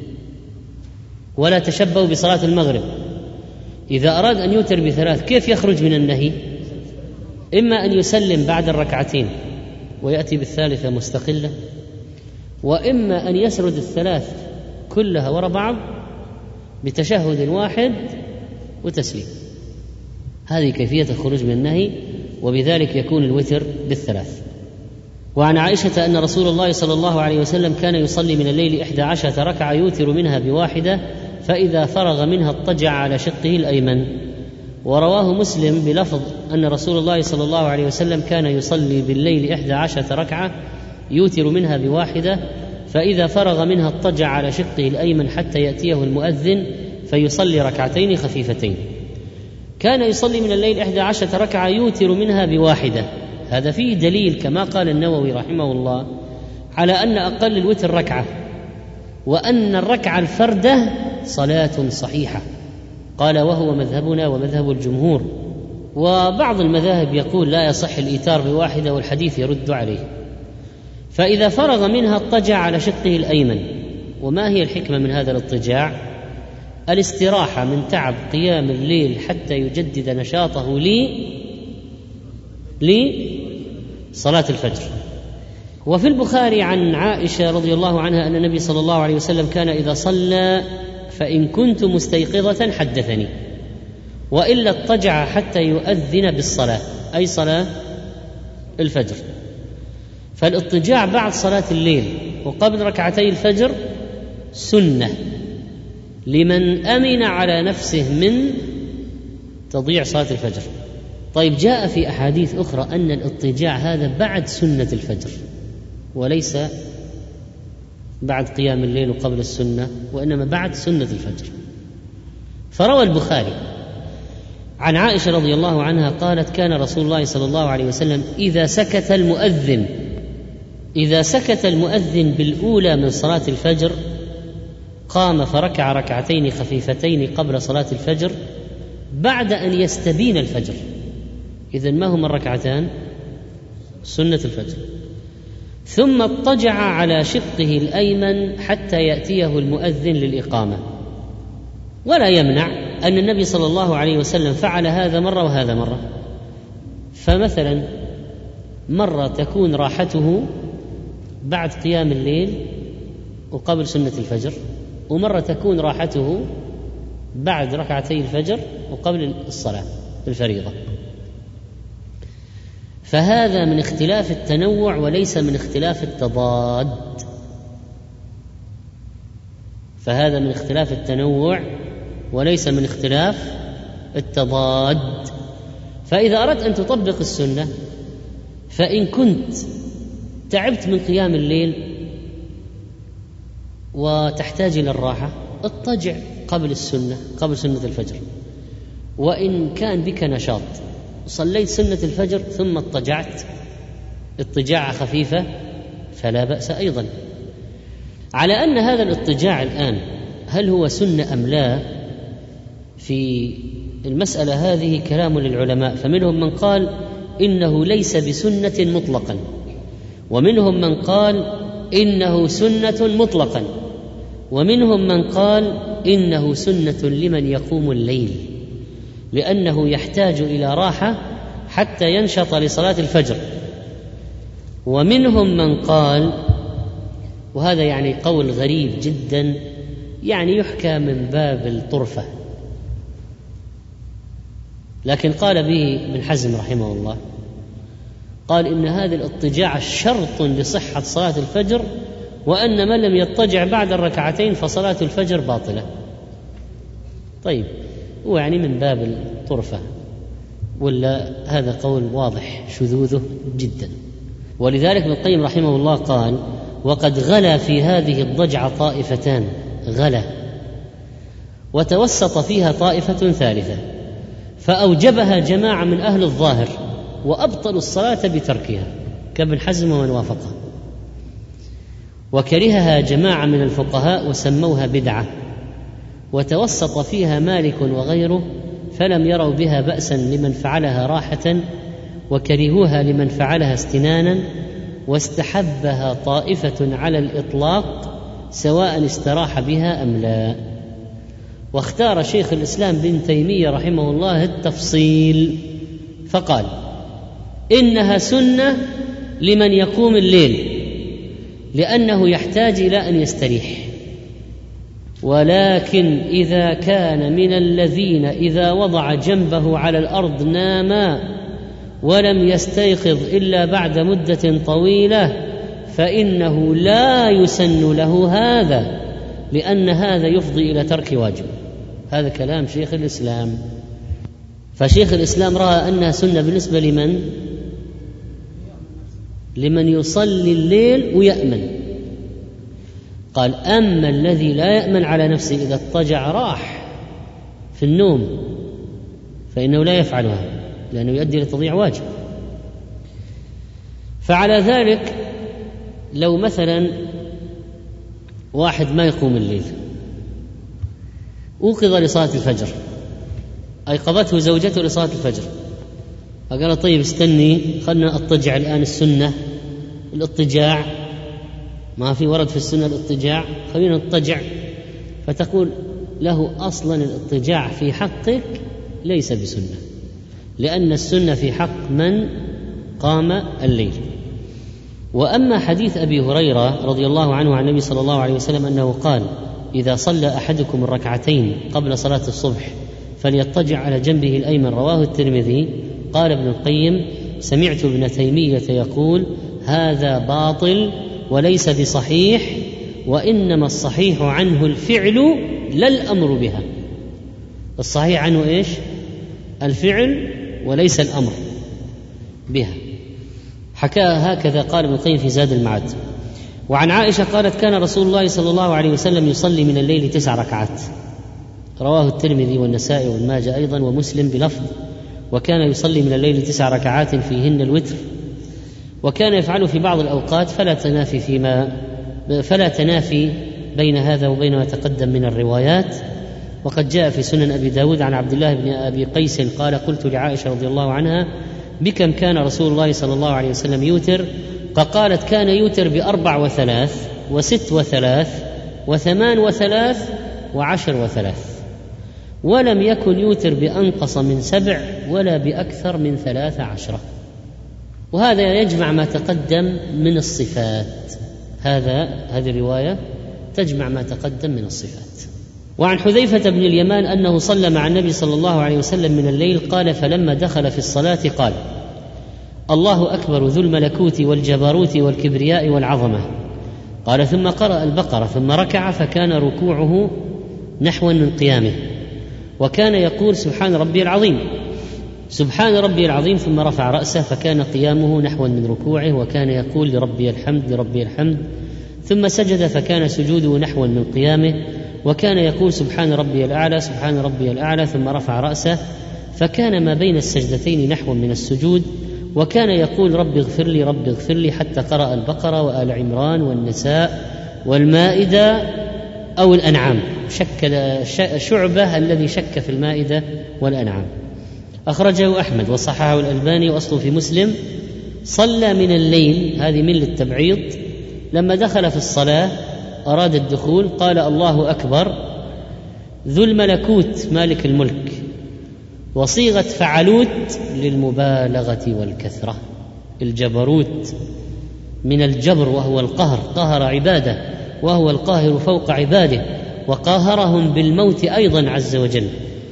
B: ولا تشبهوا بصلاة المغرب؟ إذا أراد أن يوتر بثلاث كيف يخرج من النهي؟ إما أن يسلم بعد الركعتين ويأتي بالثالثة مستقلة، وإما أن يسرد الثلاث كلها وراء بعض بتشهد واحد وتسليم. هذه كيفية الخروج من النهي، وبذلك يكون الوتر بالثلاث. وعن عائشة أن رسول الله صلى الله عليه وسلم كان يصلي من الليل إحدى عشرة ركعة يوتر منها بواحدة، فإذا فرغ منها اضطجع على شقه الأيمن. ورواه مسلم بلفظ أن رسول الله صلى الله عليه وسلم كان يصلي بالليل إحدى عشرة ركعة يوتر منها بواحدة، فإذا فرغ منها اضطجع على شقه الأيمن حتى يأتيه المؤذن فيصلي ركعتين خفيفتين. كان يصلي من الليل إحدى عشرة ركعة يوتر منها بواحدة. هذا فيه دليل كما قال النووي رحمه الله على أن أقل الوتر ركعة، وأن الركعة الفردة صلاة صحيحة. قال: وهو مذهبنا ومذهب الجمهور. وبعض المذاهب يقول لا يصح الإيتار بواحدة، والحديث يرد عليه. فإذا فرغ منها اضطجع على شقه الأيمن. وما هي الحكمة من هذا الاضطجاع؟ الاستراحة من تعب قيام الليل حتى يجدد نشاطه لي لصلاة الفجر. وفي البخاري عن عائشة رضي الله عنها أن النبي صلى الله عليه وسلم كان إذا صلى: فإن كنت مستيقظة حدثني، وإلا اضطجع حتى يؤذن بالصلاة، أي صلاة الفجر. فالاضطجاع بعد صلاة الليل وقبل ركعتي الفجر سنة لمن أمن على نفسه من تضييع صلاة الفجر. طيب، جاء في أحاديث أخرى أن الاضطجاع هذا بعد سنة الفجر وليس بعد قيام الليل وقبل السنة، وإنما بعد سنة الفجر. فروى البخاري عن عائشة رضي الله عنها قالت: كان رسول الله صلى الله عليه وسلم إذا سكت المؤذن إذا سكت المؤذن بالأولى من صلاة الفجر قام فركع ركعتين خفيفتين قبل صلاة الفجر بعد أن يستبين الفجر. إذن ما هما الركعتان؟ سنة الفجر. ثم اضطجع على شقه الأيمن حتى يأتيه المؤذن للإقامة. ولا يمنع أن النبي صلى الله عليه وسلم فعل هذا مرة وهذا مرة. فمثلا مرة تكون راحته بعد قيام الليل وقبل سنة الفجر، ومرة تكون راحته بعد ركعتي الفجر وقبل الصلاة الفريضة. فهذا من اختلاف التنوع وليس من اختلاف التضاد. فهذا من اختلاف التنوع وليس من اختلاف التضاد. فإذا أردت أن تطبق السنة، فإن كنت تعبت من قيام الليل وتحتاج إلى الراحة اضطجع قبل السنة قبل سنة الفجر. وإن كان بك نشاط صليت سنة الفجر ثم اضطجعت اضطجاعة خفيفة فلا بأس أيضا. على أن هذا الاضطجاع الآن هل هو سنة أم لا، في المسألة هذه كلام للعلماء. فمنهم من قال إنه ليس بسنة مطلقا، ومنهم من قال إنه سنة مطلقا، ومنهم من قال إنه سنة لمن يقوم الليل لأنه يحتاج إلى راحة حتى ينشط لصلاة الفجر. ومنهم من قال، وهذا يعني قول غريب جدا، يعني يحكى من باب الطرفة، لكن قال به ابن حزم رحمه الله، قال إن هذا الاضطجاع شرط لصحة صلاة الفجر وأن من لم يضطجع بعد الركعتين فصلاة الفجر باطلة. طيب، هو يعني من باب الطرفة، ولا هذا قول واضح شذوذه جدا. ولذلك ابن القيم رحمه الله قال: وقد غلا في هذه الضجعة طائفتان، غلا وتوسط فيها طائفة ثالثة، فأوجبها جماعة من أهل الظاهر وأبطلوا الصلاة بتركها كابن حزم ومن وافقه، وكرهها جماعة من الفقهاء وسموها بدعة، وتوسط فيها مالك وغيره فلم يروا بها بأسا لمن فعلها راحة، وكرهوها لمن فعلها استنانا، واستحبها طائفة على الإطلاق سواء استراح بها أم لا. واختار شيخ الإسلام بن تيمية رحمه الله التفصيل فقال: إنها سنة لمن يقوم الليل لأنه يحتاج إلى أن يستريح، ولكن إذا كان من الذين إذا وضع جنبه على الأرض ناما ولم يستيقظ إلا بعد مدة طويلة فإنه لا يسن له هذا، لأن هذا يفضي إلى ترك واجب. هذا كلام شيخ الإسلام. فشيخ الإسلام رأى أنها سنة بالنسبة لمن؟ لمن يصلي الليل ويأمن. قال: أما الذي لا يأمن على نفسه إذا اضطجع راح في النوم فإنه لا يفعلها لأنه يؤدي لتضييع واجب. فعلى ذلك لو مثلا واحد ما يقوم الليل أوقظ لصلاة الفجر، أيقظته زوجته لصلاة الفجر، فقال: طيب استني خلنا اضطجع الآن، السنة الاضطجاع، ما في ورد في السنة الاضطجاع، خلينا نضطجع. فتقول له: أصلا الاضطجاع في حقك ليس بسنة، لأن السنة في حق من قام الليل. وأما حديث أبي هريرة رضي الله عنه عن النبي صلى الله عليه وسلم أنه قال: إذا صلى أحدكم الركعتين قبل صلاة الصبح فليضطجع على جنبه الأيمن، رواه الترمذي. قال ابن القيم: سمعت ابن تيمية يقول: هذا باطل وليس بصحيح، وإنما الصحيح عنه الفعل لا الأمر بها. الصحيح عنه إيش؟ الفعل وليس الأمر بها. حكى هكذا قال ابن القيم في زاد المعاد. وعن عائشة قالت: كان رسول الله صلى الله عليه وسلم يصلي من الليل تسع ركعات، رواه الترمذي والنسائي وابن ماجه أيضا ومسلم بلفظ: وكان يصلي من الليل تسع ركعات فيهن الوتر، وكان يفعل في بعض الأوقات، فلا تنافي فيما فلا تنافي بين هذا وبين ما تقدم من الروايات. وقد جاء في سنن أبي داود عن عبد الله بن أبي قيس قال: قلت لعائشة رضي الله عنها: بكم كان رسول الله صلى الله عليه وسلم يوتر؟ فقالت: كان يوتر بأربع وثلاث وست وثلاث وثمان وثلاث وعشر وثلاث، ولم يكن يوتر بأنقص من سبع ولا بأكثر من ثلاث عشرة. وهذا يجمع ما تقدم من الصفات، هذا هذه الرواية تجمع ما تقدم من الصفات. وعن حذيفة بن اليمان أنه صلى مع النبي صلى الله عليه وسلم من الليل، قال: فلما دخل في الصلاة قال: الله أكبر ذو الملكوت والجبروت والكبرياء والعظمة. قال: ثم قرأ البقرة ثم ركع، فكان ركوعه نحوا من قيامه، وكان يقول: سبحان ربي العظيم سبحان ربي العظيم، ثم رفع رأسه، فكان قيامه نحوا من ركوعه، وكان يقول: لربي الحمد لربي الحمد، ثم سجد، فكان سجوده نحوا من قيامه، وكان يقول: سبحان ربي الأعلى سبحان ربي الأعلى، ثم رفع رأسه، فكان ما بين السجدتين نحو من السجود، وكان يقول: رب اغفر لي رب اغفر لي، حتى قرأ البقرة وآل عمران والنساء والمائدة أو الأنعام. شك شعبة الذي شك في المائدة والأنعام. أخرجه أحمد وصححه الألباني، وأصله في مسلم. صلى من الليل، هذه من للتبعيض، لما دخل في الصلاة أراد الدخول قال: الله أكبر ذو الملكوت مالك الملك، وصيغة فعلوت للمبالغة والكثرة. الجبروت من الجبر وهو القهر، قهر عباده وهو القاهر فوق عباده، وقاهرهم بالموت أيضا عز وجل.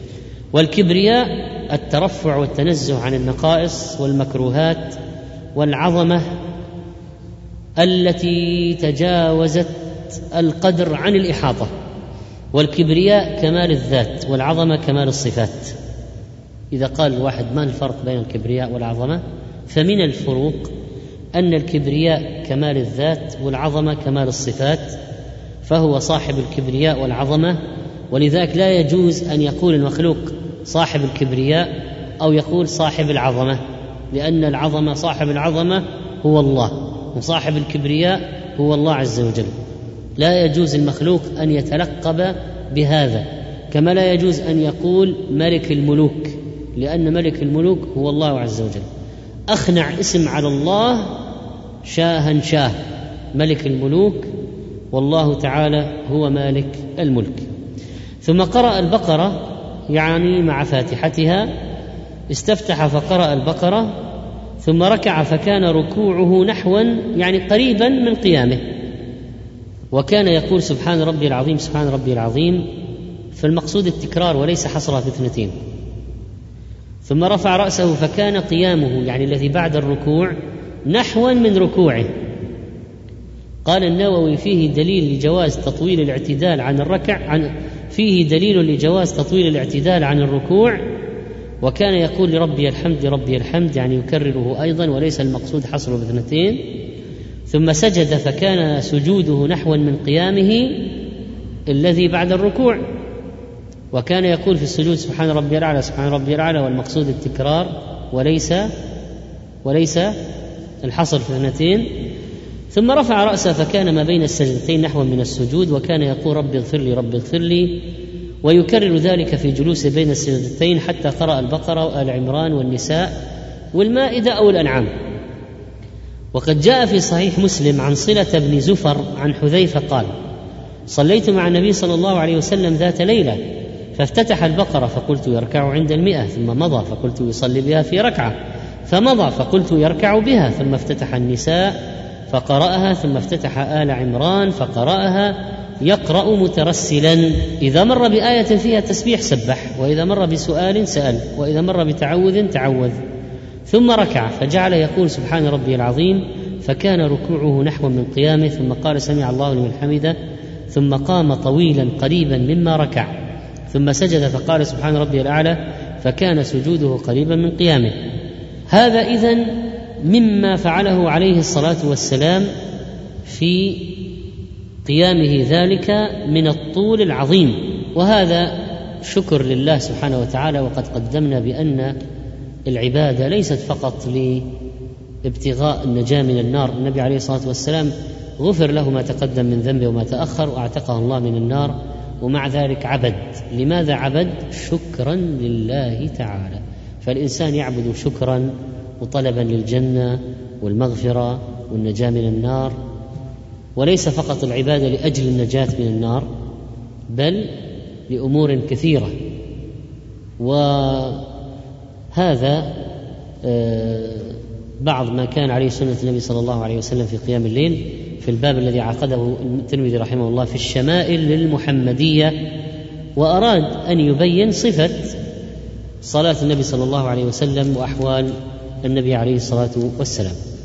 B: والكبرياء الترفع والتنزه عن النقائص والمكروهات، والعظمة التي تجاوزت القدر عن الإحاطة، والكبرياء كمال الذات، والعظمة كمال الصفات. إذا قال الواحد ما الفرق بين الكبرياء والعظمة، فمن الفروق أن الكبرياء كمال الذات والعظمة كمال الصفات، فهو صاحب الكبرياء والعظمة، ولذلك لا يجوز أن يقول المخلوق صاحب الكبرياء أو يقول صاحب العظمة، لأن العظمة صاحب العظمة هو الله، وصاحب الكبرياء هو الله عز وجل. لا يجوز المخلوق أن يتلقب بهذا، كما لا يجوز أن يقول ملك الملوك، لأن ملك الملوك هو الله عز وجل. أخنع اسم على الله شاها شاه، ملك الملوك، والله تعالى هو مالك الملك. ثم قرأ البقرة، يعني مع فاتحتها استفتح فقرأ البقرة، ثم ركع فكان ركوعه نحوا يعني قريبا من قيامه، وكان يقول سبحان ربي العظيم سبحان ربي العظيم، فالمقصود التكرار وليس حصرها في اثنتين. ثم رفع رأسه فكان قيامه يعني الذي بعد الركوع نحوا من ركوعه. قال النووي فيه دليل لجواز تطويل الاعتدال عن الركع عن فيه دليل لجواز تطويل الاعتدال عن الركوع، وكان يقول لربي الحمد ربي الحمد يعني يكرره أيضا، وليس المقصود حصره باثنتين. ثم سجد فكان سجوده نحوا من قيامه الذي بعد الركوع، وكان يقول في السجود سبحان ربي الأعلى سبحان ربي الأعلى، والمقصود التكرار وليس وليس الحصر في اثنتين. ثم رفع رأسه فكان ما بين السجدتين نحوا من السجود، وكان يقول ربي اغفر لي ربي اغفر لي، ويكرر ذلك في جلوسه بين السجدتين حتى قرأ البقرة وآل عمران والنساء والمائدة أو الأنعام. وقد جاء في صحيح مسلم عن صلة بن زفر عن حذيفة قال: صليت مع النبي صلى الله عليه وسلم ذات ليلة فافتتح البقرة فقلت يركع عند المئة، ثم مضى فقلت يصلي بها في ركعة، فمضى فقلت يركع بها، ثم افتتح النساء فقرأها، ثم افتتح آل عمران فقرأها يقرأ مترسلا، إذا مر بآية فيها تسبيح سبح، وإذا مر بسؤال سأل، وإذا مر بتعوذ تعوذ، ثم ركع فجعل يقول سبحان ربي العظيم، فكان ركوعه نحو من قيامه، ثم قال سمع الله لمن حمده، ثم قام طويلا قريبا مما ركع، ثم سجد فقال سبحان ربي الأعلى، فكان سجوده قريبا من قيامه. هذا إذن مما فعله عليه الصلاة والسلام في قيامه ذلك من الطول العظيم، وهذا شكر لله سبحانه وتعالى. وقد قدمنا بأن العبادة ليست فقط لابتغاء النجاة من النار، النبي عليه الصلاة والسلام غفر له ما تقدم من ذنبه وما تأخر، وأعتقه الله من النار، ومع ذلك عبد. لماذا عبد؟ شكرا لله تعالى. فالإنسان يعبد شكرا وطلبا للجنة والمغفرة والنجاة من النار، وليس فقط العبادة لأجل النجاة من النار، بل لأمور كثيرة. وهذا بعض ما كان عليه سنة النبي صلى الله عليه وسلم في قيام الليل في الباب الذي عقده الترمذي رحمه الله في الشمائل للمحمدية، وأراد أن يبين صفة صلاة النبي صلى الله عليه وسلم وأحوال النبي عليه الصلاة والسلام.